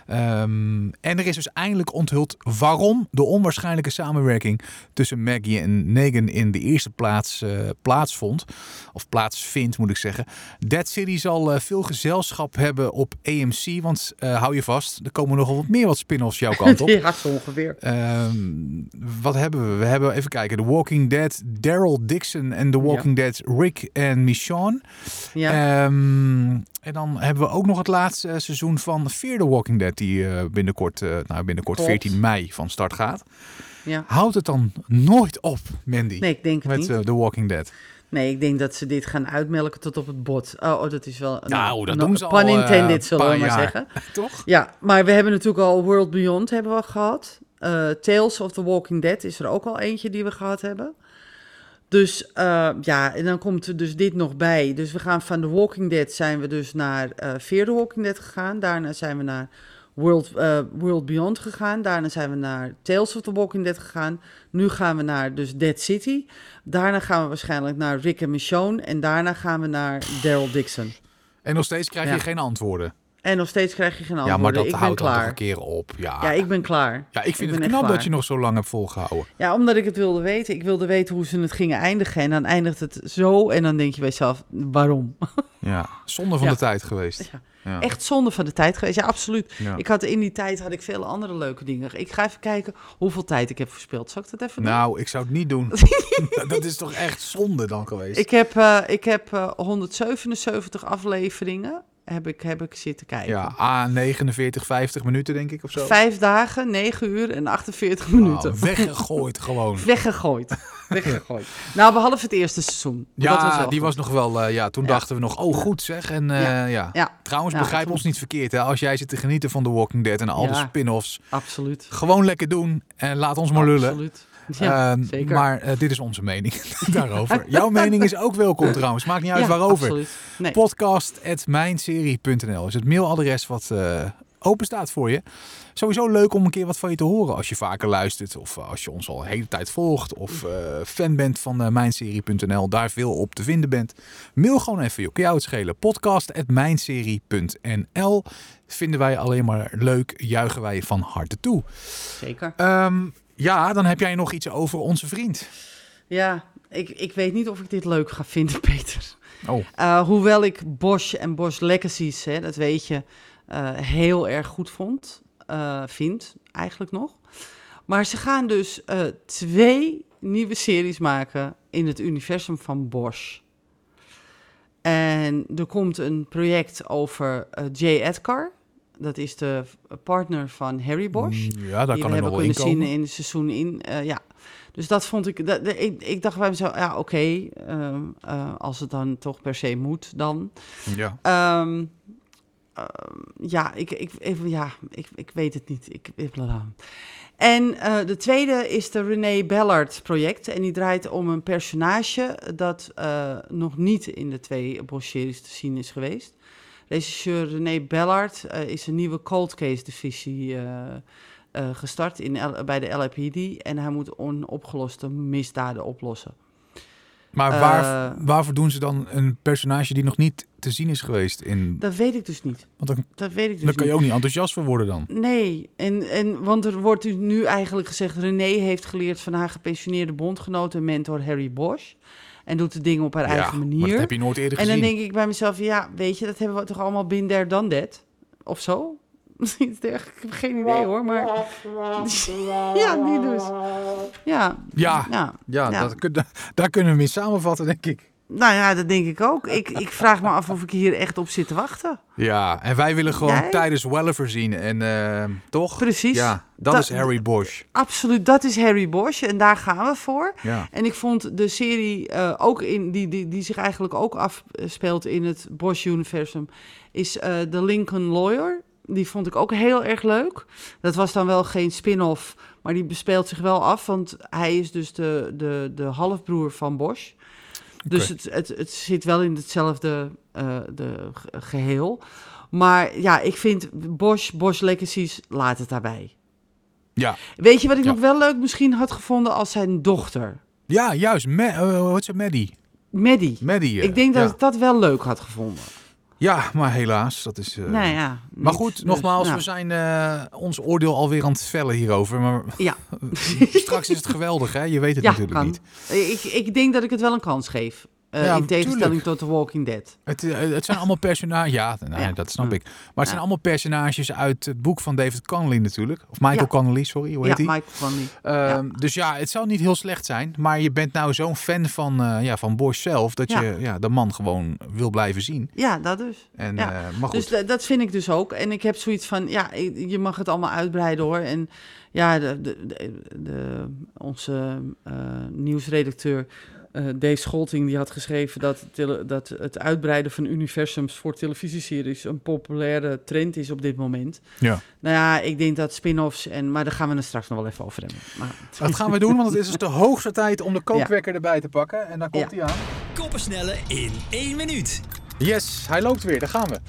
[SPEAKER 2] Um, en er is dus eindelijk onthuld waarom de onwaarschijnlijke samenwerking tussen Maggie en Negan in de eerste plaats uh, plaatsvond. Of plaatsvindt, moet ik zeggen. Dead City zal uh, veel gezelschap hebben op A M C. Want uh, hou je vast, er komen nogal wat meer wat spin-offs jouw kant op.
[SPEAKER 3] Ja, zo ongeveer.
[SPEAKER 2] Um, wat hebben we? We hebben, even kijken, The Walking Dead, Daryl Dixon en The Walking ja. Dead, Rick en Michonne.
[SPEAKER 3] Ja.
[SPEAKER 2] Um, en dan hebben we ook nog het laatste seizoen van Fear the Walking Dead, die uh, binnenkort, uh, nou binnenkort
[SPEAKER 3] Klopt.
[SPEAKER 2] veertien mei van start gaat.
[SPEAKER 3] Ja.
[SPEAKER 2] Houdt het dan nooit op, Mandy?
[SPEAKER 3] Nee, ik denk het
[SPEAKER 2] met,
[SPEAKER 3] niet.
[SPEAKER 2] Met uh, The Walking Dead.
[SPEAKER 3] Nee, ik denk dat ze dit gaan uitmelken tot op het bot. Oh, oh dat is wel...
[SPEAKER 2] Nou, dat
[SPEAKER 3] no,
[SPEAKER 2] doen ze
[SPEAKER 3] pun
[SPEAKER 2] al
[SPEAKER 3] intended,
[SPEAKER 2] uh,
[SPEAKER 3] zullen we maar
[SPEAKER 2] jaar.
[SPEAKER 3] zeggen.
[SPEAKER 2] Toch?
[SPEAKER 3] Ja, maar we hebben natuurlijk al World Beyond hebben we gehad. Uh, Tales of the Walking Dead is er ook al eentje die we gehad hebben. Dus uh, ja, en dan komt er dus dit nog bij. Dus we gaan van The Walking Dead zijn we dus naar uh, Fear the Walking Dead gegaan. Daarna zijn we naar World, uh, World Beyond gegaan. Daarna zijn we naar Tales of the Walking Dead gegaan. Nu gaan we naar dus Dead City. Daarna gaan we waarschijnlijk naar Rick en Michonne. En daarna gaan we naar Daryl Dixon.
[SPEAKER 2] En nog steeds krijg je
[SPEAKER 3] ja.
[SPEAKER 2] geen antwoorden.
[SPEAKER 3] En nog steeds krijg je geen antwoorden.
[SPEAKER 2] Ja, maar dat
[SPEAKER 3] ik
[SPEAKER 2] houdt
[SPEAKER 3] ben
[SPEAKER 2] dan
[SPEAKER 3] klaar.
[SPEAKER 2] toch een keer op. Ja,
[SPEAKER 3] ja, ik ben klaar.
[SPEAKER 2] Ja, ik vind
[SPEAKER 3] ik
[SPEAKER 2] het knap dat je nog zo lang hebt volgehouden.
[SPEAKER 3] Ja, omdat ik het wilde weten. Ik wilde weten hoe ze het gingen eindigen. En dan eindigt het zo. En dan denk je bij jezelf, waarom?
[SPEAKER 2] Ja, zonde van
[SPEAKER 3] ja.
[SPEAKER 2] de tijd geweest.
[SPEAKER 3] Ja.
[SPEAKER 2] Ja.
[SPEAKER 3] Echt zonde van de tijd geweest. Ja, absoluut.
[SPEAKER 2] Ja.
[SPEAKER 3] Ik had in die tijd had ik veel andere leuke dingen. Ik ga even kijken hoeveel tijd ik heb verspeeld. Zal ik dat even doen?
[SPEAKER 2] Nou, ik zou het niet doen. Dat is toch echt zonde dan geweest?
[SPEAKER 3] Ik heb, uh, ik heb uh, honderdzevenenzeventig afleveringen heb ik, heb ik zitten kijken.
[SPEAKER 2] Ja, A negenenveertig, vijftig minuten denk ik of zo.
[SPEAKER 3] Vijf dagen, negen uur en achtenveertig minuten.
[SPEAKER 2] Oh, weggegooid gewoon.
[SPEAKER 3] Weggegooid. Weggegooid. Nou, behalve het eerste seizoen.
[SPEAKER 2] Ja,
[SPEAKER 3] dat was wel
[SPEAKER 2] die
[SPEAKER 3] goed.
[SPEAKER 2] was nog wel... Uh, ja, toen
[SPEAKER 3] ja.
[SPEAKER 2] dachten we nog, oh goed zeg. En uh, ja. Ja.
[SPEAKER 3] ja.
[SPEAKER 2] Trouwens,
[SPEAKER 3] ja,
[SPEAKER 2] begrijp
[SPEAKER 3] toen...
[SPEAKER 2] ons niet verkeerd. Hè? Als jij zit te genieten van The Walking Dead en al
[SPEAKER 3] ja.
[SPEAKER 2] de spin-offs.
[SPEAKER 3] Absoluut.
[SPEAKER 2] Gewoon lekker doen en laat ons maar lullen.
[SPEAKER 3] Absoluut. Ja,
[SPEAKER 2] uh,
[SPEAKER 3] zeker.
[SPEAKER 2] Maar uh, dit is onze mening daarover. Jouw mening is ook welkom trouwens. Maakt niet uit
[SPEAKER 3] ja,
[SPEAKER 2] waarover.
[SPEAKER 3] Absoluut. Nee.
[SPEAKER 2] podcast at mijnserie punt n l is het mailadres wat uh, open staat voor je. Sowieso leuk om een keer wat van je te horen als je vaker luistert. Of uh, als je ons al de hele tijd volgt. Of uh, fan bent van uh, mijnserie punt n l. Daar veel op te vinden bent. Mail gewoon even. Joh. Kun jou het schelen. podcast at mijnserie punt n l. Vinden wij alleen maar leuk. Juichen wij van harte toe.
[SPEAKER 3] Zeker.
[SPEAKER 2] Um, Ja, dan heb jij nog iets over onze vriend.
[SPEAKER 3] Ja, ik, ik weet niet of ik dit leuk ga vinden, Peter.
[SPEAKER 2] Oh.
[SPEAKER 3] Uh, hoewel ik Bosch en Bosch Legacies, hè, dat weet je, uh, heel erg goed vond. Uh, vind, eigenlijk nog. Maar ze gaan dus uh, twee nieuwe series maken in het universum van Bosch. En er komt een project over uh, Jay Edgar. Dat is de partner van Harry Bosch.
[SPEAKER 2] Ja, daar
[SPEAKER 3] die
[SPEAKER 2] kan
[SPEAKER 3] we
[SPEAKER 2] ik nog
[SPEAKER 3] hebben
[SPEAKER 2] wel in
[SPEAKER 3] kunnen zien
[SPEAKER 2] komen.
[SPEAKER 3] in het seizoen in. Uh, ja. Dus dat vond ik... Dat, de, ik, ik dacht bij mezelf, ja, oké. Okay, uh, uh, als het dan toch per se moet, dan.
[SPEAKER 2] Ja.
[SPEAKER 3] Um, uh, ja, ik, ik, even, ja ik, ik weet het niet. Ik, ik, en uh, de tweede is de René Ballard project. En die draait om een personage dat uh, nog niet in de twee Bosch-series te zien is geweest. Regisseur René Ballard uh, is een nieuwe cold case divisie uh, uh, gestart in L- bij de L A P D. En hij moet onopgeloste misdaden oplossen.
[SPEAKER 2] Maar waar, uh, waarvoor doen ze dan een personage die nog niet te zien is geweest? In...
[SPEAKER 3] Dat weet ik dus niet.
[SPEAKER 2] Want dan,
[SPEAKER 3] dat weet ik dus
[SPEAKER 2] dan kan je
[SPEAKER 3] niet.
[SPEAKER 2] ook niet enthousiast voor worden dan.
[SPEAKER 3] Nee, en, en, want er wordt dus nu eigenlijk gezegd... René heeft geleerd van haar gepensioneerde bondgenoot en mentor Harry Bosch. En doet de dingen op haar
[SPEAKER 2] ja,
[SPEAKER 3] eigen manier.
[SPEAKER 2] Maar dat heb je nooit eerder
[SPEAKER 3] en
[SPEAKER 2] gezien.
[SPEAKER 3] En dan denk ik bij mezelf, ja, weet je, dat hebben we toch allemaal been there, done that? Of zo? Ik heb geen idee hoor, maar... ja, die dus. Ja,
[SPEAKER 2] ja, ja, ja, ja. Dat, daar, daar kunnen we mee samenvatten, denk ik.
[SPEAKER 3] Nou ja, dat denk ik ook. Ik, ik vraag me af of ik hier echt op zit te wachten.
[SPEAKER 2] Ja, en wij willen gewoon Jij? tijdens Welliver zien. En uh, toch?
[SPEAKER 3] Precies.
[SPEAKER 2] Ja, dat, dat is Harry Bosch.
[SPEAKER 3] Absoluut, dat is Harry Bosch. En daar gaan we voor.
[SPEAKER 2] Ja.
[SPEAKER 3] En ik vond de serie uh, ook in, die, die, die zich eigenlijk ook afspeelt in het Bosch-universum, is uh, The Lincoln Lawyer. Die vond ik ook heel erg leuk. Dat was dan wel geen spin-off, maar die bespeelt zich wel af. Want hij is dus de, de, de halfbroer van Bosch. Dus okay. het, het, het zit wel in hetzelfde uh, de geheel. Maar ja, ik vind Bosch, Bosch Legacies, laat het daarbij.
[SPEAKER 2] Ja.
[SPEAKER 3] Weet je wat ik
[SPEAKER 2] ja.
[SPEAKER 3] nog wel leuk misschien had gevonden als zijn dochter?
[SPEAKER 2] Ja, juist. Me, uh, wat is het? Maddie.
[SPEAKER 3] Maddie.
[SPEAKER 2] Maddie. Uh,
[SPEAKER 3] ik denk dat
[SPEAKER 2] ja.
[SPEAKER 3] ik dat wel leuk had gevonden.
[SPEAKER 2] Ja, maar helaas. Dat is. Uh...
[SPEAKER 3] Nou ja,
[SPEAKER 2] maar goed,
[SPEAKER 3] dus,
[SPEAKER 2] nogmaals,
[SPEAKER 3] nou.
[SPEAKER 2] we zijn uh, ons oordeel alweer aan het vellen hierover. Maar
[SPEAKER 3] ja.
[SPEAKER 2] straks is het geweldig, hè? Je weet het
[SPEAKER 3] ja,
[SPEAKER 2] natuurlijk
[SPEAKER 3] kan.
[SPEAKER 2] niet.
[SPEAKER 3] Ik, ik denk dat ik het wel een kans geef. Uh,
[SPEAKER 2] ja,
[SPEAKER 3] in tegenstelling
[SPEAKER 2] tuurlijk.
[SPEAKER 3] tot The Walking Dead.
[SPEAKER 2] Het, het zijn allemaal personages. Ja, nou, ja, dat snap ja. ik. Maar het ja. zijn allemaal personages uit het boek van David Connolly natuurlijk. Of Michael ja. Connolly, sorry. Hoe heet
[SPEAKER 3] ja,
[SPEAKER 2] hij?
[SPEAKER 3] Michael Connolly.
[SPEAKER 2] Uh,
[SPEAKER 3] ja.
[SPEAKER 2] Dus ja, het zou niet heel slecht zijn. Maar je bent nou zo'n fan van, uh, ja, van Bosch zelf, dat ja. je ja, de man gewoon wil blijven zien.
[SPEAKER 3] Ja, dat dus.
[SPEAKER 2] En,
[SPEAKER 3] ja.
[SPEAKER 2] uh, maar goed.
[SPEAKER 3] Dus d- dat vind ik dus ook. En ik heb zoiets van, ja, je mag het allemaal uitbreiden hoor. En ja, de, de, de, de, onze uh, nieuwsredacteur Uh, Dave Scholting die had geschreven dat, tele, dat het uitbreiden van universums voor televisieseries een populaire trend is op dit moment.
[SPEAKER 2] Ja.
[SPEAKER 3] Nou ja, ik denk dat spin-offs, en, maar daar gaan we het straks nog wel even over hebben. Maar...
[SPEAKER 2] Dat gaan we doen, want het is dus de hoogste tijd om de kookwekker ja. erbij te pakken. En dan komt hij ja. aan.
[SPEAKER 1] Koppensnellen in één minuut.
[SPEAKER 2] Yes, hij loopt weer, daar gaan we.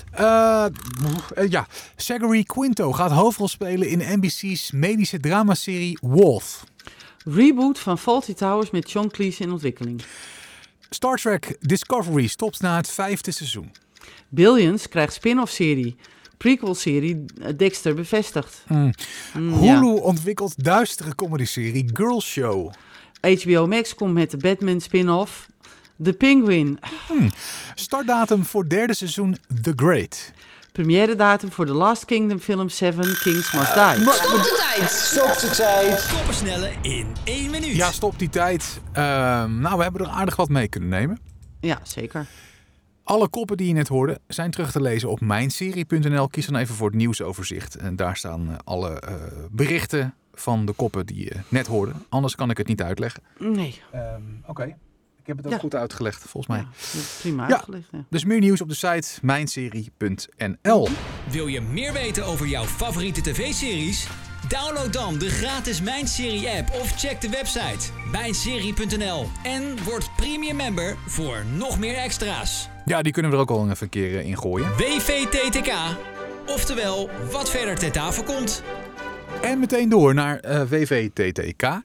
[SPEAKER 2] Uh, uh, ja, Zachary Quinto gaat hoofdrol spelen in N B C's medische dramaserie Wolf.
[SPEAKER 3] Reboot van Fawlty Towers met John Cleese in ontwikkeling.
[SPEAKER 2] Star Trek Discovery stopt na het vijfde seizoen.
[SPEAKER 3] Billions krijgt spin-off-serie. Prequel-serie Dexter bevestigd.
[SPEAKER 2] Mm. Mm, Hulu ja. ontwikkelt duistere comedy-serie Girl Show.
[SPEAKER 3] H B O Max komt met de Batman spin-off The Penguin.
[SPEAKER 2] Mm. Startdatum voor derde seizoen The Great.
[SPEAKER 3] Première datum voor de Last Kingdom film Seven Kings Must Die.
[SPEAKER 4] Uh, stop de tijd! Stop de tijd!
[SPEAKER 1] Koppensnellen in één minuut.
[SPEAKER 2] Ja, stop die tijd. Uh, nou, we hebben er aardig wat mee kunnen nemen.
[SPEAKER 3] Ja, zeker.
[SPEAKER 2] Alle koppen die je net hoorde zijn terug te lezen op mijnserie punt n l. Kies dan even voor het nieuwsoverzicht. En daar staan uh, alle uh, berichten van de koppen die je net hoorde. Anders kan ik het niet uitleggen.
[SPEAKER 3] Nee.
[SPEAKER 2] Um, Oké. Okay. Ik heb het ook
[SPEAKER 3] ja.
[SPEAKER 2] goed uitgelegd, volgens mij.
[SPEAKER 3] Ja, prima
[SPEAKER 2] ja.
[SPEAKER 3] uitgelegd. Ja.
[SPEAKER 2] Dus meer nieuws op de site mijnserie punt n l.
[SPEAKER 1] Wil je meer weten over jouw favoriete tv-series? Download dan de gratis Mijnserie-app of check de website mijnserie punt n l en word premium member voor nog meer extra's.
[SPEAKER 2] Ja, die kunnen we er ook al even een keer in gooien.
[SPEAKER 1] W V T T K, oftewel wat verder ter tafel komt.
[SPEAKER 2] En meteen door naar uh, W V T T K.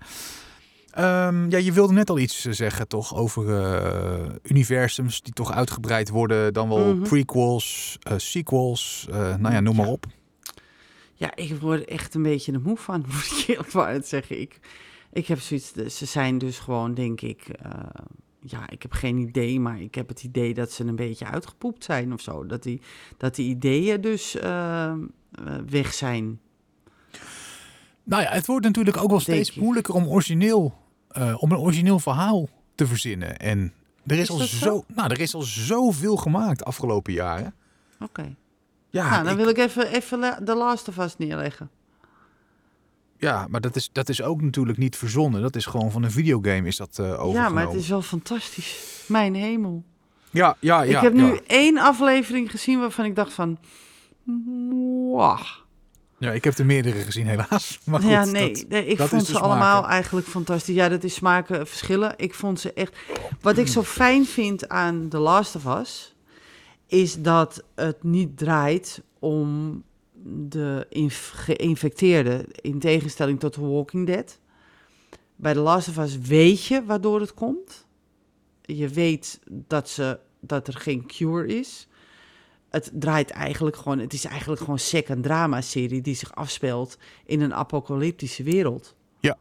[SPEAKER 2] Um, ja, je wilde net al iets zeggen toch over uh, universums die toch uitgebreid worden, dan wel mm-hmm. prequels, uh, sequels, uh, nou ja, noem maar op.
[SPEAKER 3] Ja, ik word echt een beetje de moe van, moet ik eerlijk maar zeggen. Ik, ik heb zoiets, ze zijn dus gewoon, denk ik, uh, ja, ik heb geen idee, maar ik heb het idee dat ze een beetje uitgepoept zijn of zo. Dat die, dat die ideeën dus uh, uh, weg zijn.
[SPEAKER 2] Nou ja, het wordt natuurlijk ook wel steeds moeilijker om origineel, uh, om een origineel verhaal te verzinnen. En Er is,
[SPEAKER 3] Is
[SPEAKER 2] al
[SPEAKER 3] dat
[SPEAKER 2] zo,
[SPEAKER 3] zo?
[SPEAKER 2] nou, er is al zoveel gemaakt afgelopen jaren.
[SPEAKER 3] Oké.
[SPEAKER 2] Ja,
[SPEAKER 3] Nou, dan
[SPEAKER 2] ik-
[SPEAKER 3] wil ik even, even le- The Last of Us neerleggen.
[SPEAKER 2] ja, maar dat is, dat is ook natuurlijk niet verzonnen. Dat is gewoon van een videogame is dat uh, overgenomen.
[SPEAKER 3] Ja, maar het is wel fantastisch. Mijn hemel.
[SPEAKER 2] Ja, ja, ja.
[SPEAKER 3] ik heb
[SPEAKER 2] ja.
[SPEAKER 3] nu één aflevering gezien waarvan ik dacht van... Wow.
[SPEAKER 2] Ja, ik heb er meerdere gezien helaas. Maar goed,
[SPEAKER 3] ja, nee,
[SPEAKER 2] dat,
[SPEAKER 3] nee ik
[SPEAKER 2] dat
[SPEAKER 3] vond
[SPEAKER 2] is
[SPEAKER 3] ze
[SPEAKER 2] de
[SPEAKER 3] allemaal
[SPEAKER 2] smaak, hè.
[SPEAKER 3] eigenlijk fantastisch. Ja, dat is smaken verschillen. Ik vond ze echt... Wat ik zo fijn vind aan The Last of Us... is dat het niet draait om de inf- geïnfecteerden... in tegenstelling tot The Walking Dead. Bij The Last of Us weet je waardoor het komt. Je weet dat, ze, dat er geen cure is... Het draait eigenlijk gewoon, het is eigenlijk gewoon sec een drama-serie die zich afspeelt in een apocalyptische wereld.
[SPEAKER 2] Ja.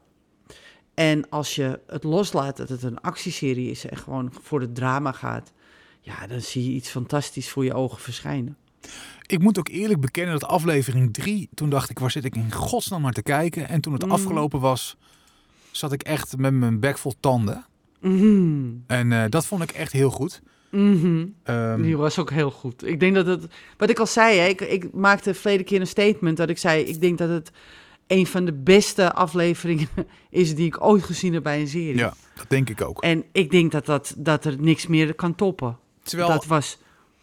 [SPEAKER 3] En als je het loslaat dat het een actieserie is en gewoon voor het drama gaat, ja, dan zie je iets fantastisch voor je ogen verschijnen.
[SPEAKER 2] Ik moet ook eerlijk bekennen dat aflevering drie... toen dacht ik, waar zit ik in godsnaam naar te kijken? En toen het
[SPEAKER 3] Mm.
[SPEAKER 2] afgelopen was, zat ik echt met mijn bek vol tanden.
[SPEAKER 3] Mm-hmm.
[SPEAKER 2] En uh, dat vond ik echt heel goed.
[SPEAKER 3] Mm-hmm.
[SPEAKER 2] Um,
[SPEAKER 3] Die was ook heel goed. Ik denk dat het, wat ik al zei, hè, ik, ik maakte verleden keer een statement dat ik zei, ik denk dat het een van de beste afleveringen is die ik ooit gezien heb bij een serie.
[SPEAKER 2] ja, dat denk ik ook.
[SPEAKER 3] En ik denk dat, dat, dat er niks meer kan toppen.
[SPEAKER 2] Terwijl,
[SPEAKER 3] Dat was...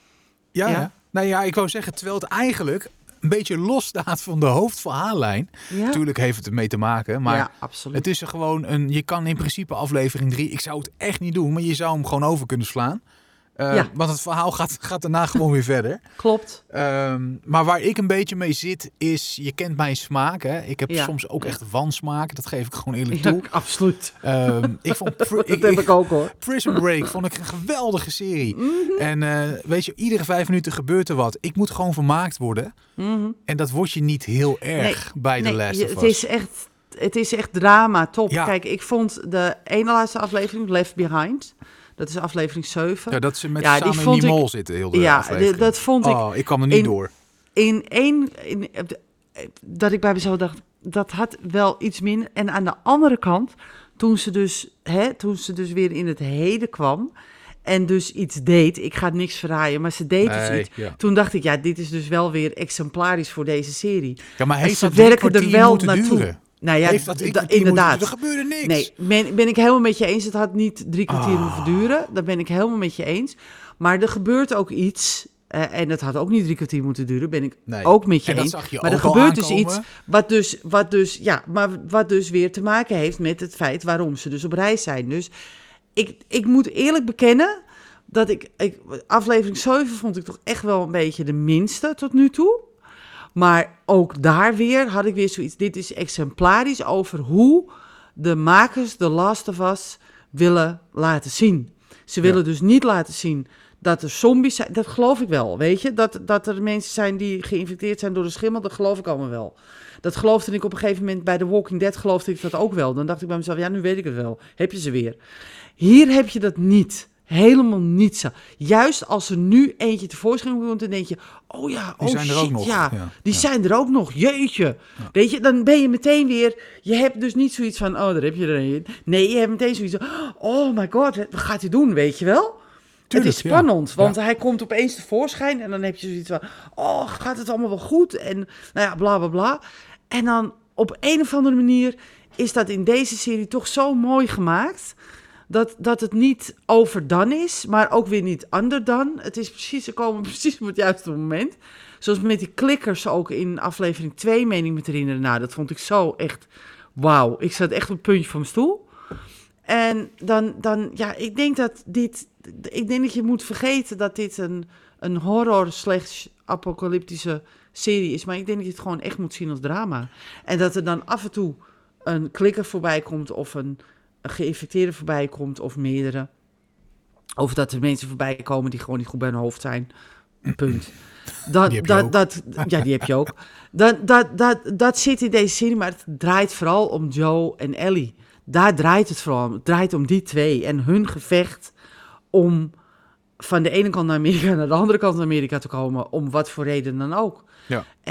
[SPEAKER 2] ja,
[SPEAKER 3] ja?
[SPEAKER 2] ja. Nou ja, ik wou zeggen, terwijl het eigenlijk een beetje los staat van de hoofdverhaallijn.
[SPEAKER 3] Ja,
[SPEAKER 2] Natuurlijk heeft het ermee te maken, maar
[SPEAKER 3] ja absoluut.
[SPEAKER 2] het is er gewoon een... Je kan in principe aflevering drie, ik zou het echt niet doen, maar je zou hem gewoon over kunnen slaan. Uh,
[SPEAKER 3] Ja.
[SPEAKER 2] Want het verhaal gaat, gaat daarna gewoon weer verder.
[SPEAKER 3] Klopt.
[SPEAKER 2] Um, maar waar ik een beetje mee zit, is... Je kent mijn smaak, hè? Ik heb
[SPEAKER 3] Ja.
[SPEAKER 2] soms ook echt wansmaak. Dat geef ik gewoon eerlijk
[SPEAKER 3] Ja,
[SPEAKER 2] toe.
[SPEAKER 3] absoluut.
[SPEAKER 2] Um, ik vond Pri-
[SPEAKER 3] Dat
[SPEAKER 2] ik,
[SPEAKER 3] heb
[SPEAKER 2] ik,
[SPEAKER 3] ik ook hoor.
[SPEAKER 2] Prison Break vond ik een geweldige serie.
[SPEAKER 3] Mm-hmm.
[SPEAKER 2] En uh, weet je, iedere vijf minuten gebeurt er wat. Ik moet gewoon vermaakt worden.
[SPEAKER 3] Mm-hmm.
[SPEAKER 2] En dat wordt je niet heel erg bij The
[SPEAKER 3] Nee,
[SPEAKER 2] Last
[SPEAKER 3] je-
[SPEAKER 2] of Us.
[SPEAKER 3] het is echt, het is echt drama, top.
[SPEAKER 2] Ja.
[SPEAKER 3] Kijk, ik vond de ene laatste aflevering, Left Behind, dat is aflevering zeven.
[SPEAKER 2] Ja, dat ze met
[SPEAKER 3] Ja, die
[SPEAKER 2] samen in
[SPEAKER 3] vond
[SPEAKER 2] die
[SPEAKER 3] ik-
[SPEAKER 2] mol zitten, heel de
[SPEAKER 3] Ja,
[SPEAKER 2] aflevering.
[SPEAKER 3] d- dat vond ik
[SPEAKER 2] Oh, ik kwam er niet
[SPEAKER 3] in-
[SPEAKER 2] door.
[SPEAKER 3] in één, in, dat ik bij mezelf dacht, dat had wel iets minder. En aan de andere kant, toen ze dus, hè, toen ze dus weer in het heden kwam en dus iets deed, ik ga niks verraaien, maar ze deed dus
[SPEAKER 2] Nee,
[SPEAKER 3] iets.
[SPEAKER 2] ja.
[SPEAKER 3] Toen dacht ik, ja, dit is dus wel weer exemplarisch voor deze serie.
[SPEAKER 2] Ja, maar
[SPEAKER 3] En
[SPEAKER 2] heeft
[SPEAKER 3] ze
[SPEAKER 2] dat drie
[SPEAKER 3] werken er
[SPEAKER 2] kwartier
[SPEAKER 3] wel
[SPEAKER 2] moeten
[SPEAKER 3] naartoe.
[SPEAKER 2] duren?
[SPEAKER 3] Nou ja,
[SPEAKER 2] heeft dat drie
[SPEAKER 3] da-
[SPEAKER 2] kwartier
[SPEAKER 3] inderdaad.
[SPEAKER 2] moeten duren? Er gebeurde niks.
[SPEAKER 3] Nee, ben, ben ik helemaal met je eens. Het had niet drie kwartier
[SPEAKER 2] Ah.
[SPEAKER 3] hoeven duren. Dat ben ik helemaal met je eens. Maar er gebeurt ook iets. Uh, en het had ook niet drie kwartier moeten duren. Ben ik
[SPEAKER 2] Nee.
[SPEAKER 3] ook met je
[SPEAKER 2] En dat
[SPEAKER 3] eens.
[SPEAKER 2] zag je
[SPEAKER 3] Maar er
[SPEAKER 2] ook al
[SPEAKER 3] gebeurt dus
[SPEAKER 2] aankomen.
[SPEAKER 3] iets wat dus, wat, dus, ja, maar wat dus weer te maken heeft met het feit waarom ze dus op reis zijn. Dus ik, ik moet eerlijk bekennen dat ik, ik... Aflevering zeven vond ik toch echt wel een beetje de minste tot nu toe. Maar ook daar weer had ik weer zoiets. Dit is exemplarisch over hoe de makers The Last of Us willen laten zien. Ze willen
[SPEAKER 2] Ja.
[SPEAKER 3] dus niet laten zien dat er zombies zijn. Dat geloof ik wel, weet je. Dat, dat er mensen zijn die geïnfecteerd zijn door de schimmel, dat geloof ik allemaal wel. Dat geloofde ik op een gegeven moment bij The Walking Dead, geloofde ik dat ook wel. Dan dacht ik bij mezelf, ja, nu weet ik het wel. Heb je ze weer. Hier heb je dat niet. Helemaal niet zo. Juist als er nu eentje tevoorschijn komt, dan denk je, oh ja,
[SPEAKER 2] Die
[SPEAKER 3] oh
[SPEAKER 2] zijn er
[SPEAKER 3] shit,
[SPEAKER 2] ook nog.
[SPEAKER 3] ja.
[SPEAKER 2] Ja,
[SPEAKER 3] Die
[SPEAKER 2] ja.
[SPEAKER 3] zijn er ook nog, jeetje. Weet je, dan ben je meteen weer... Je hebt dus niet zoiets van, oh, daar heb je er een. Nee, je hebt meteen zoiets van, oh my god, wat gaat hij doen, weet je wel?
[SPEAKER 2] Tuurlijk,
[SPEAKER 3] het is spannend,
[SPEAKER 2] ja.
[SPEAKER 3] want
[SPEAKER 2] Ja.
[SPEAKER 3] hij komt opeens tevoorschijn en dan heb je zoiets van, oh, gaat het allemaal wel goed? En nou ja, bla, bla, bla. En dan op een of andere manier is dat in deze serie toch zo mooi gemaakt... Dat, dat het niet overdone is, maar ook weer niet underdone. Het is precies, ze komen precies op het juiste moment. Zoals met die klikkers ook in aflevering twee, meen ik me te herinneren. Nou, dat vond ik zo echt, wauw. Ik zat echt op het puntje van mijn stoel. En dan, dan ja, ik denk dat dit, ik denk dat je moet vergeten dat dit een, een horror slash apocalyptische serie is. Maar ik denk dat je het gewoon echt moet zien als drama. En dat er dan af en toe een klikker voorbij komt of een... een geïnfecteerde voorbij komt of meerdere. Of dat er mensen voorbij komen die gewoon niet goed bij hun hoofd zijn. Punt. Dat,
[SPEAKER 2] Die heb je
[SPEAKER 3] dat,
[SPEAKER 2] ook.
[SPEAKER 3] dat, ja, die heb je ook. Dat, dat, dat, dat zit in deze serie, maar het draait vooral om Joe en Ellie. Daar draait het vooral om. Het draait om die twee en hun gevecht om van de ene kant naar Amerika naar de andere kant naar Amerika te komen. Om wat voor reden dan ook.
[SPEAKER 2] Ja.
[SPEAKER 3] En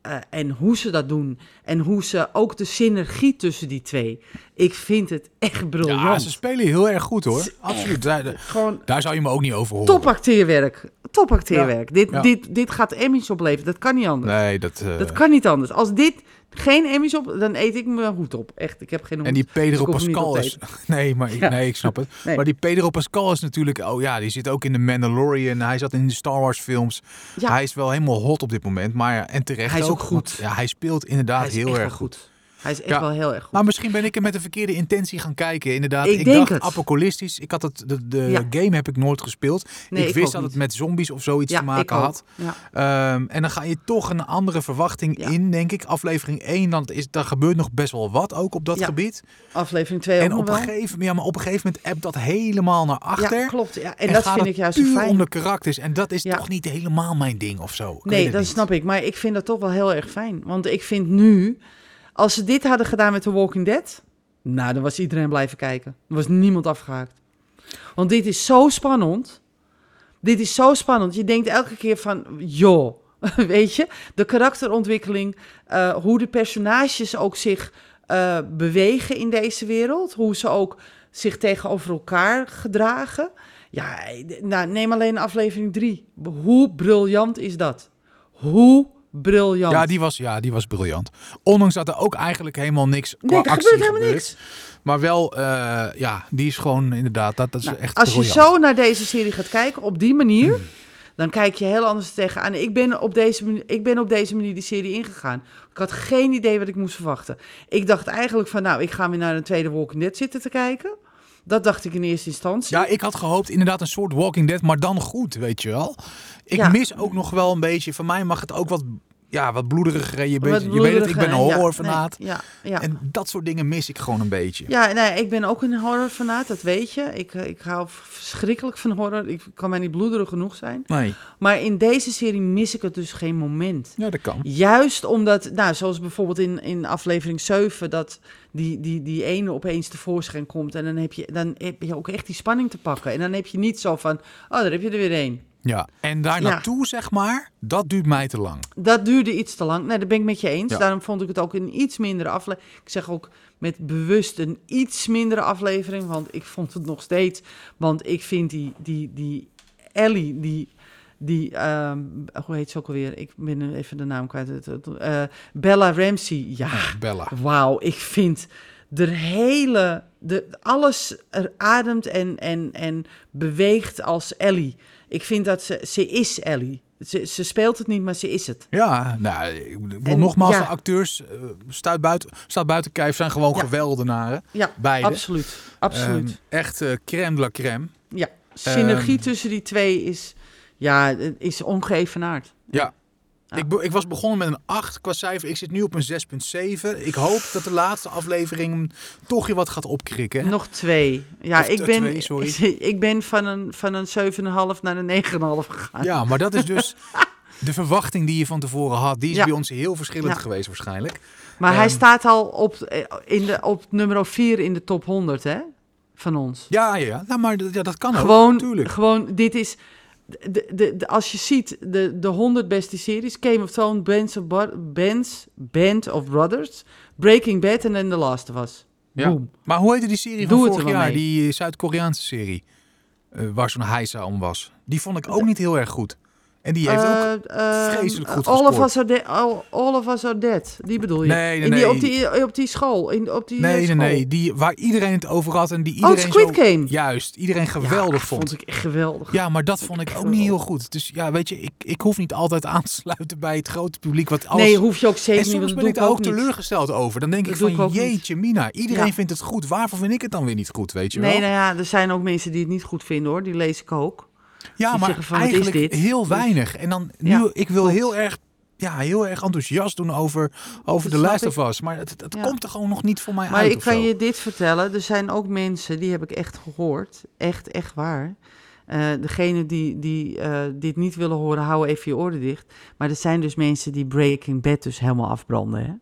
[SPEAKER 3] uh, en hoe ze dat doen. En hoe ze ook de synergie tussen die twee. Ik vind het echt briljant.
[SPEAKER 2] Ja, ze spelen heel erg goed hoor. Absoluut. Daar,
[SPEAKER 3] Gewoon
[SPEAKER 2] daar zou je me ook niet over horen.
[SPEAKER 3] top acteerwerk. Top acteerwerk.
[SPEAKER 2] Ja.
[SPEAKER 3] Dit,
[SPEAKER 2] Ja.
[SPEAKER 3] dit, dit gaat Emmys opleveren. Dat kan niet anders.
[SPEAKER 2] Nee, dat... Uh...
[SPEAKER 3] Dat kan niet anders. Als dit geen Emmys op, dan eet ik mijn hoed op. Echt, ik heb geen hoed.
[SPEAKER 2] En die Pedro
[SPEAKER 3] dus
[SPEAKER 2] Pascal is... Nee, maar ik,
[SPEAKER 3] Ja.
[SPEAKER 2] nee, ik snap het.
[SPEAKER 3] Nee.
[SPEAKER 2] Maar die Pedro Pascal is natuurlijk... Oh ja, die zit ook in de Mandalorian. Hij zat in de Star Wars films.
[SPEAKER 3] Ja.
[SPEAKER 2] Hij is wel helemaal hot op dit moment. Maar ja, en terecht
[SPEAKER 3] Hij is ook goed.
[SPEAKER 2] want, ja, hij speelt inderdaad
[SPEAKER 3] Hij is
[SPEAKER 2] heel
[SPEAKER 3] echt
[SPEAKER 2] erg
[SPEAKER 3] wel
[SPEAKER 2] goed.
[SPEAKER 3] goed. Hij is echt
[SPEAKER 2] Ja.
[SPEAKER 3] wel heel erg goed.
[SPEAKER 2] Maar misschien ben ik er met de verkeerde intentie gaan kijken. Inderdaad,
[SPEAKER 3] Ik
[SPEAKER 2] ik,
[SPEAKER 3] denk
[SPEAKER 2] dacht
[SPEAKER 3] het.
[SPEAKER 2] apocalyptisch. Ik had het, de, de
[SPEAKER 3] Ja.
[SPEAKER 2] game heb ik nooit gespeeld.
[SPEAKER 3] Nee,
[SPEAKER 2] ik
[SPEAKER 3] ik
[SPEAKER 2] wist
[SPEAKER 3] ook
[SPEAKER 2] dat het
[SPEAKER 3] niet.
[SPEAKER 2] met zombies of zoiets
[SPEAKER 3] ja,
[SPEAKER 2] te maken
[SPEAKER 3] ik ook.
[SPEAKER 2] had.
[SPEAKER 3] Ja.
[SPEAKER 2] Um, en dan ga je toch een andere verwachting
[SPEAKER 3] Ja.
[SPEAKER 2] in, denk ik. Aflevering één, dan is, daar gebeurt nog best wel wat ook op dat
[SPEAKER 3] Ja.
[SPEAKER 2] gebied.
[SPEAKER 3] Aflevering twee ook
[SPEAKER 2] En
[SPEAKER 3] nog
[SPEAKER 2] op een,
[SPEAKER 3] wel.
[SPEAKER 2] gegeven, ja, maar op een gegeven moment appt dat helemaal naar achter.
[SPEAKER 3] Ja, klopt. Ja. En, dat
[SPEAKER 2] gaat
[SPEAKER 3] vind
[SPEAKER 2] het
[SPEAKER 3] ik juist zo
[SPEAKER 2] puur
[SPEAKER 3] fijn.
[SPEAKER 2] om de karakters. En dat is
[SPEAKER 3] Ja.
[SPEAKER 2] toch niet helemaal mijn ding of zo. Ik weet
[SPEAKER 3] Nee,
[SPEAKER 2] het
[SPEAKER 3] dat
[SPEAKER 2] niet.
[SPEAKER 3] snap ik. Maar ik vind dat toch wel heel erg fijn. Want ik vind nu, als ze dit hadden gedaan met The Walking Dead, nou, dan was iedereen blijven kijken. Er was niemand afgehaakt. Want dit is zo spannend. Dit is zo spannend. Je denkt elke keer van, joh, weet je, de karakterontwikkeling, uh, hoe de personages ook zich uh, bewegen in deze wereld, hoe ze ook zich tegenover elkaar gedragen. Ja, nou, neem alleen aflevering drie. Hoe briljant is dat? Hoe briljant.
[SPEAKER 2] Ja, die was, ja, die was briljant. Ondanks dat er ook eigenlijk helemaal niks qua
[SPEAKER 3] nee, er
[SPEAKER 2] actie
[SPEAKER 3] gebeurt helemaal niks.
[SPEAKER 2] Maar wel, uh, ja, die is gewoon inderdaad, dat, dat is
[SPEAKER 3] Nou,
[SPEAKER 2] echt
[SPEAKER 3] als je
[SPEAKER 2] briljant.
[SPEAKER 3] zo naar deze serie gaat kijken, op die manier, hmm. dan kijk je heel anders tegenaan. Ik ben, op deze manier, ik ben op deze manier die serie ingegaan. Ik had geen idee wat ik moest verwachten. Ik dacht eigenlijk van, nou, ik ga weer naar een tweede Walking Dead zitten te kijken. Dat dacht ik in eerste instantie.
[SPEAKER 2] Ja, ik had gehoopt inderdaad een soort Walking Dead, maar dan goed, weet je wel. Ik
[SPEAKER 3] ja.
[SPEAKER 2] mis ook nog wel een beetje, van mij mag het ook wat, ja, wat bloederiger. Je,
[SPEAKER 3] wat
[SPEAKER 2] weet, je weet het, ik ben een
[SPEAKER 3] ja,
[SPEAKER 2] horrorfanaat.
[SPEAKER 3] Nee, ja, ja.
[SPEAKER 2] En dat soort dingen mis ik gewoon een beetje.
[SPEAKER 3] Ja, nee, ik ben ook een horrorfanaat, dat weet je. Ik, ik hou verschrikkelijk van horror. Ik kan mij niet bloederig genoeg zijn.
[SPEAKER 2] Nee.
[SPEAKER 3] Maar in deze serie mis ik het dus geen moment.
[SPEAKER 2] Ja, dat kan.
[SPEAKER 3] Juist omdat, nou, zoals bijvoorbeeld in, in aflevering zeven, dat die, die, die ene opeens tevoorschijn komt. En dan heb, je, dan heb je ook echt die spanning te pakken. En dan heb je niet zo van, oh, daar heb je er weer één.
[SPEAKER 2] Ja, en daar
[SPEAKER 3] Ja.
[SPEAKER 2] naartoe, zeg maar, dat duurt mij te lang.
[SPEAKER 3] Dat duurde iets te lang. Nee, dat ben ik met je eens.
[SPEAKER 2] Ja.
[SPEAKER 3] Daarom vond ik het ook een iets mindere aflevering. Ik zeg ook met bewust een iets mindere aflevering. Want ik vond het nog steeds. Want ik vind die, die, die Ellie, die, die um, hoe heet ze ook alweer? Ik ben even de naam kwijt. Uh, Bella Ramsey. Ja,
[SPEAKER 2] Ja, Bella.
[SPEAKER 3] wauw. Ik vind de hele, de, alles er ademt en, en, en beweegt als Ellie. Ik vind dat ze, ze is Ellie. Ze, ze speelt het niet, maar ze is het.
[SPEAKER 2] Ja, nou, ik wil
[SPEAKER 3] En,
[SPEAKER 2] nogmaals,
[SPEAKER 3] ja.
[SPEAKER 2] de acteurs, uh, staat buiten, staat buiten kijf, zijn gewoon
[SPEAKER 3] Ja.
[SPEAKER 2] geweldenaren.
[SPEAKER 3] Ja,
[SPEAKER 2] Beide.
[SPEAKER 3] absoluut. absoluut.
[SPEAKER 2] Um, echt uh, crème de la crème.
[SPEAKER 3] ja, synergie
[SPEAKER 2] um,
[SPEAKER 3] tussen die twee is, ja, is ongeëvenaard.
[SPEAKER 2] Ja.
[SPEAKER 3] Ja.
[SPEAKER 2] Ik, be- ik was begonnen met een acht qua cijfer. Ik zit nu op een zes komma zeven. Ik hoop dat de laatste aflevering toch je wat gaat opkrikken.
[SPEAKER 3] Nog twee. Ja,
[SPEAKER 2] Of
[SPEAKER 3] ik
[SPEAKER 2] t-
[SPEAKER 3] ben,
[SPEAKER 2] twee, sorry.
[SPEAKER 3] ik ben van een, van een zeven komma vijf naar een negen komma vijf gegaan.
[SPEAKER 2] Ja, maar dat is dus de verwachting die je van tevoren had. Die is
[SPEAKER 3] Ja.
[SPEAKER 2] bij ons heel verschillend
[SPEAKER 3] Ja.
[SPEAKER 2] geweest waarschijnlijk.
[SPEAKER 3] Maar hij
[SPEAKER 2] Ehm.
[SPEAKER 3] staat al op, in de, op nummer vier in de top honderd, hè? Van ons.
[SPEAKER 2] Ja, ja, ja. Nou, maar d- ja, dat kan ook,
[SPEAKER 3] Gewoon,
[SPEAKER 2] natuurlijk.
[SPEAKER 3] gewoon, dit is... De, de, de, als je ziet de, de honderd beste series... Game of Thrones, Bands of, Bo- Bands, Band of Brothers... Breaking Bad en then The Last of Us.
[SPEAKER 2] Ja.
[SPEAKER 3] Boom.
[SPEAKER 2] Maar hoe heette die serie
[SPEAKER 3] Doe
[SPEAKER 2] van
[SPEAKER 3] het
[SPEAKER 2] vorig
[SPEAKER 3] er wel
[SPEAKER 2] jaar?
[SPEAKER 3] mee.
[SPEAKER 2] Die Zuid-Koreaanse serie. Uh, waar zo'n heisa om was. Die vond ik ook niet heel erg goed. En die heeft ook
[SPEAKER 3] Uh, uh,
[SPEAKER 2] vreselijk goed
[SPEAKER 3] all of,
[SPEAKER 2] gescoord.
[SPEAKER 3] us are de- all, all of Us Are Dead. Die bedoel je?
[SPEAKER 2] Nee, nee,
[SPEAKER 3] in die,
[SPEAKER 2] nee.
[SPEAKER 3] Op, die, op die school. In, op die,
[SPEAKER 2] Nee,
[SPEAKER 3] uh,
[SPEAKER 2] nee,
[SPEAKER 3] school.
[SPEAKER 2] nee. Die, waar iedereen het over had en die
[SPEAKER 3] Oh,
[SPEAKER 2] iedereen
[SPEAKER 3] Squid
[SPEAKER 2] zo...
[SPEAKER 3] Game.
[SPEAKER 2] Juist, iedereen geweldig
[SPEAKER 3] ja,
[SPEAKER 2] vond.
[SPEAKER 3] vond ik echt geweldig.
[SPEAKER 2] Ja, maar dat vond ik ook niet heel goed. Dus ja, weet je, ik, ik hoef niet altijd aan te sluiten bij het grote publiek. Wat alles...
[SPEAKER 3] Nee, hoef je ook zeker
[SPEAKER 2] En
[SPEAKER 3] niet.
[SPEAKER 2] soms
[SPEAKER 3] want
[SPEAKER 2] ben
[SPEAKER 3] dat
[SPEAKER 2] ik
[SPEAKER 3] doe
[SPEAKER 2] daar ook
[SPEAKER 3] niet.
[SPEAKER 2] teleurgesteld over. Dan denk
[SPEAKER 3] Dat
[SPEAKER 2] ik
[SPEAKER 3] doe ik
[SPEAKER 2] van,
[SPEAKER 3] ook niet.
[SPEAKER 2] jeetje mina, iedereen
[SPEAKER 3] Ja.
[SPEAKER 2] vindt het goed. Waarvoor vind ik het dan weer niet goed, weet je wel?
[SPEAKER 3] Nee, nou ja, er zijn ook mensen die het niet goed vinden, hoor. Die lees ik ook.
[SPEAKER 2] ja,
[SPEAKER 3] die
[SPEAKER 2] maar
[SPEAKER 3] zeggen van, wat is
[SPEAKER 2] eigenlijk
[SPEAKER 3] dit?
[SPEAKER 2] heel
[SPEAKER 3] Dus-
[SPEAKER 2] weinig. En dan, nu,
[SPEAKER 3] Ja,
[SPEAKER 2] ik wil
[SPEAKER 3] klopt.
[SPEAKER 2] heel erg, ja, heel erg enthousiast doen over, over
[SPEAKER 3] Dat
[SPEAKER 2] The
[SPEAKER 3] snap
[SPEAKER 2] Last
[SPEAKER 3] ik.
[SPEAKER 2] of Us. Maar het, het
[SPEAKER 3] Ja.
[SPEAKER 2] komt er gewoon nog niet voor mij
[SPEAKER 3] Maar
[SPEAKER 2] uit
[SPEAKER 3] ik
[SPEAKER 2] of
[SPEAKER 3] kan
[SPEAKER 2] zo.
[SPEAKER 3] je dit vertellen. Er zijn ook mensen, die heb ik echt gehoord. Echt, echt waar. Uh, degene die, die uh, dit niet willen horen, hou even je oren dicht. Maar er zijn dus mensen die Breaking Bad dus helemaal afbranden, hè?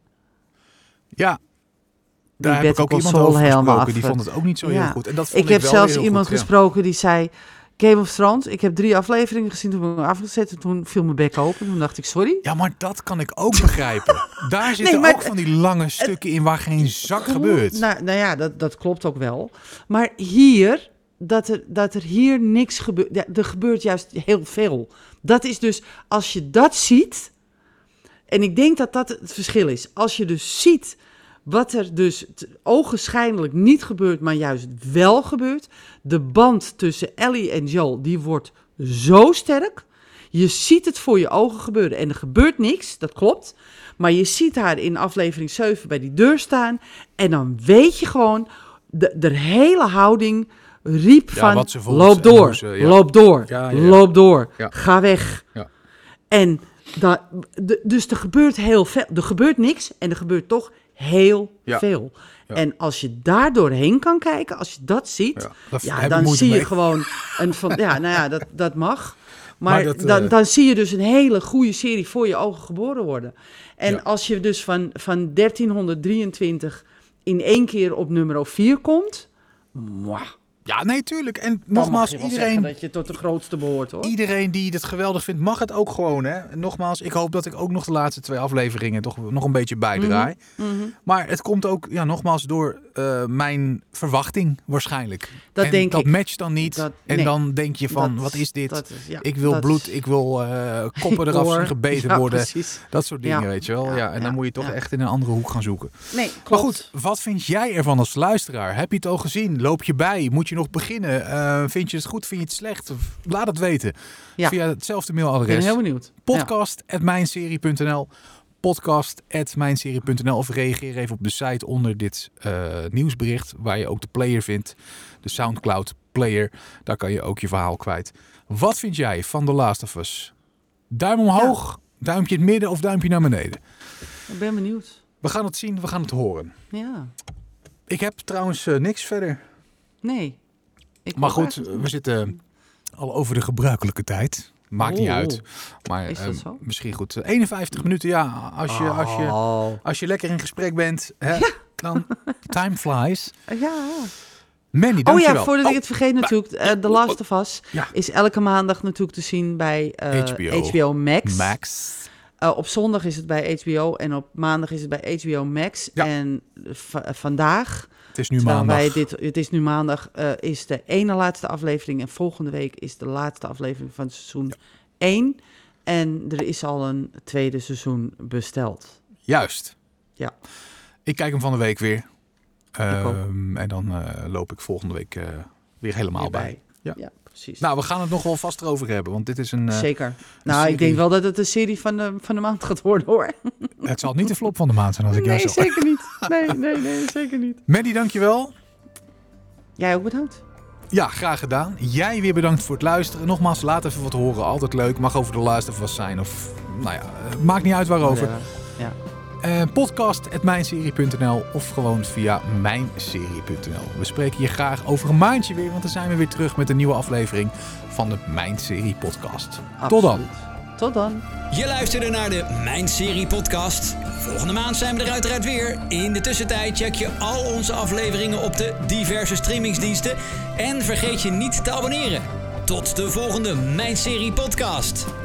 [SPEAKER 2] Ja,
[SPEAKER 3] Die
[SPEAKER 2] daar heb ik
[SPEAKER 3] Better
[SPEAKER 2] ook
[SPEAKER 3] Call
[SPEAKER 2] iemand
[SPEAKER 3] Saul
[SPEAKER 2] over
[SPEAKER 3] helemaal
[SPEAKER 2] gesproken. Die
[SPEAKER 3] af.
[SPEAKER 2] vond het ook niet zo
[SPEAKER 3] Ja.
[SPEAKER 2] heel goed. En dat vond
[SPEAKER 3] Ik heb
[SPEAKER 2] wel
[SPEAKER 3] zelfs
[SPEAKER 2] heel
[SPEAKER 3] iemand
[SPEAKER 2] goed, ja.
[SPEAKER 3] gesproken die zei... Game of Thrones, ik heb drie afleveringen gezien, toen heb ik hem afgezet en toen viel mijn bek open. Toen dacht ik, sorry.
[SPEAKER 2] Ja, maar dat kan ik ook begrijpen. Daar zitten
[SPEAKER 3] maar
[SPEAKER 2] ook van die lange stukken in waar geen zak gebeurt.
[SPEAKER 3] Nou, nou ja, dat, dat klopt ook wel. Maar hier, dat er, dat er hier niks gebeurt, ja, er gebeurt juist heel veel. Dat is dus, als je dat ziet, en ik denk dat dat het verschil is. Als je dus ziet wat er dus t- ogenschijnlijk niet gebeurt, maar juist wel gebeurt. De band tussen Ellie en Joel, die wordt zo sterk. Je ziet het voor je ogen gebeuren en er gebeurt niks, dat klopt. Maar je ziet haar in aflevering zeven bij die deur staan. En dan weet je gewoon, de, de hele houding riep
[SPEAKER 2] Ja,
[SPEAKER 3] van,
[SPEAKER 2] wat ze voelt
[SPEAKER 3] loop
[SPEAKER 2] en
[SPEAKER 3] door,
[SPEAKER 2] hoe ze- ja.
[SPEAKER 3] loop door,
[SPEAKER 2] Ja, ja, ja.
[SPEAKER 3] loop door,
[SPEAKER 2] Ja.
[SPEAKER 3] ga weg.
[SPEAKER 2] Ja.
[SPEAKER 3] En da, de, dus er gebeurt heel veel. Er gebeurt niks en er gebeurt toch heel
[SPEAKER 2] Ja.
[SPEAKER 3] veel.
[SPEAKER 2] Ja.
[SPEAKER 3] En als je daar doorheen kan kijken, als je dat ziet,
[SPEAKER 2] Ja, daar
[SPEAKER 3] ja,
[SPEAKER 2] heb ik
[SPEAKER 3] dan
[SPEAKER 2] moeite
[SPEAKER 3] zie je
[SPEAKER 2] mee.
[SPEAKER 3] gewoon een van, ja, nou ja, dat, dat mag. Maar,
[SPEAKER 2] Maar dat, eh,
[SPEAKER 3] dan, dan zie je dus een hele goede serie voor je ogen geboren worden. En
[SPEAKER 2] Ja.
[SPEAKER 3] als je dus van, van dertienhonderddrieëntwintig in één keer op nummer vier komt, mwah,
[SPEAKER 2] Ja, nee, tuurlijk. En
[SPEAKER 3] dan mag
[SPEAKER 2] nogmaals,
[SPEAKER 3] je wel
[SPEAKER 2] iedereen...
[SPEAKER 3] zeggen dat je tot de grootste behoort, hoor.
[SPEAKER 2] Iedereen die het geweldig vindt, mag het ook gewoon. Hè? En nogmaals, ik hoop dat ik ook nog de laatste twee afleveringen toch nog een beetje bijdraai.
[SPEAKER 3] Mhm.
[SPEAKER 2] Maar het komt ook, ja, nogmaals, door uh, mijn verwachting waarschijnlijk.
[SPEAKER 3] Dat
[SPEAKER 2] en
[SPEAKER 3] denk
[SPEAKER 2] dat
[SPEAKER 3] ik.
[SPEAKER 2] matcht dan niet.
[SPEAKER 3] Dat-
[SPEAKER 2] en
[SPEAKER 3] nee.
[SPEAKER 2] dan denk je van,
[SPEAKER 3] Dat-
[SPEAKER 2] wat is dit?
[SPEAKER 3] dat is- ja,
[SPEAKER 2] ik wil
[SPEAKER 3] dat
[SPEAKER 2] bloed,
[SPEAKER 3] is-
[SPEAKER 2] ik wil uh, koppen
[SPEAKER 3] Ik
[SPEAKER 2] eraf
[SPEAKER 3] hoor.
[SPEAKER 2] zien gebeten
[SPEAKER 3] Ja,
[SPEAKER 2] worden.
[SPEAKER 3] precies.
[SPEAKER 2] Dat soort dingen,
[SPEAKER 3] Ja.
[SPEAKER 2] weet je wel. Ja,
[SPEAKER 3] Ja,
[SPEAKER 2] en dan
[SPEAKER 3] ja,
[SPEAKER 2] moet je toch
[SPEAKER 3] ja.
[SPEAKER 2] echt in een andere hoek gaan zoeken.
[SPEAKER 3] Nee, klopt.
[SPEAKER 2] Maar goed, wat vind jij ervan als luisteraar? Heb je het al gezien? Loop je bij? Moet je nog beginnen? Uh, vind je het goed? Vind je het slecht? Of laat het weten.
[SPEAKER 3] Ja.
[SPEAKER 2] Via hetzelfde
[SPEAKER 3] Ik ben
[SPEAKER 2] mailadres.
[SPEAKER 3] heel benieuwd.
[SPEAKER 2] podcast at mijnserie punt n l podcast at mijnserie punt n l of reageer even op de site onder dit uh, nieuwsbericht waar je ook de player vindt. De Soundcloud player. Daar kan je ook je verhaal kwijt. Wat vind jij van The Last of Us? Duim omhoog, duimpje in het midden of duimpje naar beneden?
[SPEAKER 3] Ik ben benieuwd.
[SPEAKER 2] We gaan het zien, we gaan het horen.
[SPEAKER 3] Ja.
[SPEAKER 2] Ik heb trouwens uh, niks verder.
[SPEAKER 3] Nee. Ik
[SPEAKER 2] Maar
[SPEAKER 3] wil
[SPEAKER 2] goed,
[SPEAKER 3] eigenlijk-
[SPEAKER 2] we zitten al over de gebruikelijke tijd. Maakt niet
[SPEAKER 3] Oh.
[SPEAKER 2] uit. Maar
[SPEAKER 3] Is dat
[SPEAKER 2] uh,
[SPEAKER 3] zo?
[SPEAKER 2] misschien goed. Uh, eenenvijftig minuten, ja. Als je, als je,
[SPEAKER 3] Oh.
[SPEAKER 2] als je lekker in gesprek bent, hè, dan time flies.
[SPEAKER 3] Ja.
[SPEAKER 2] Manny,
[SPEAKER 3] Oh
[SPEAKER 2] dankjewel.
[SPEAKER 3] ja, voordat
[SPEAKER 2] Oh,
[SPEAKER 3] ik het vergeet natuurlijk. Uh, The Last of Us
[SPEAKER 2] Ja.
[SPEAKER 3] is elke maandag natuurlijk te zien bij uh,
[SPEAKER 2] H B O.
[SPEAKER 3] H B O Max.
[SPEAKER 2] Max.
[SPEAKER 3] Uh, op zondag is het bij H B O en op maandag is het bij H B O Max.
[SPEAKER 2] Ja.
[SPEAKER 3] En v- vandaag,
[SPEAKER 2] Het is nu
[SPEAKER 3] terwijl
[SPEAKER 2] maandag.
[SPEAKER 3] wij dit, het is nu maandag, uh, is de ene laatste aflevering. En volgende week is de laatste aflevering van seizoen één. En er is al een tweede seizoen besteld.
[SPEAKER 2] Juist.
[SPEAKER 3] Ja.
[SPEAKER 2] Ik kijk hem van de week weer.
[SPEAKER 3] Ik ook.
[SPEAKER 2] Um, en dan uh, loop ik volgende week uh, weer helemaal
[SPEAKER 3] Hierbij.
[SPEAKER 2] bij. Ja.
[SPEAKER 3] Ja, precies.
[SPEAKER 2] Nou, we gaan het nog wel vast erover hebben. Want dit is een... Uh,
[SPEAKER 3] Zeker. Nou,
[SPEAKER 2] serie.
[SPEAKER 3] ik denk wel dat het een serie van de, van de maand gaat worden, hoor.
[SPEAKER 2] Het zal niet de flop van de maand zijn als ik
[SPEAKER 3] Nee,
[SPEAKER 2] jou zo...
[SPEAKER 3] zeker niet. Nee, nee, nee, zeker niet.
[SPEAKER 2] Manny, dankjewel.
[SPEAKER 3] Jij ook bedankt.
[SPEAKER 2] Ja, graag gedaan. Jij weer bedankt voor het luisteren. Nogmaals, laat even wat horen. Altijd leuk. Mag over de Last of Us zijn. Of, nou ja, maakt niet uit waarover.
[SPEAKER 3] Ja.
[SPEAKER 2] Uh, podcast at mijnserie punt n l of gewoon via mijnserie punt n l. We spreken je graag over een maandje weer, want dan zijn we weer terug met een nieuwe aflevering van de Mijn Serie podcast.
[SPEAKER 3] Absoluut.
[SPEAKER 2] Tot dan.
[SPEAKER 3] Tot dan.
[SPEAKER 1] Je luisterde naar de Mijn Serie podcast. Volgende maand zijn we er uiteraard weer. In de tussentijd check je al onze afleveringen op de diverse streamingsdiensten. En vergeet je niet te abonneren. Tot de volgende Mijn Serie podcast.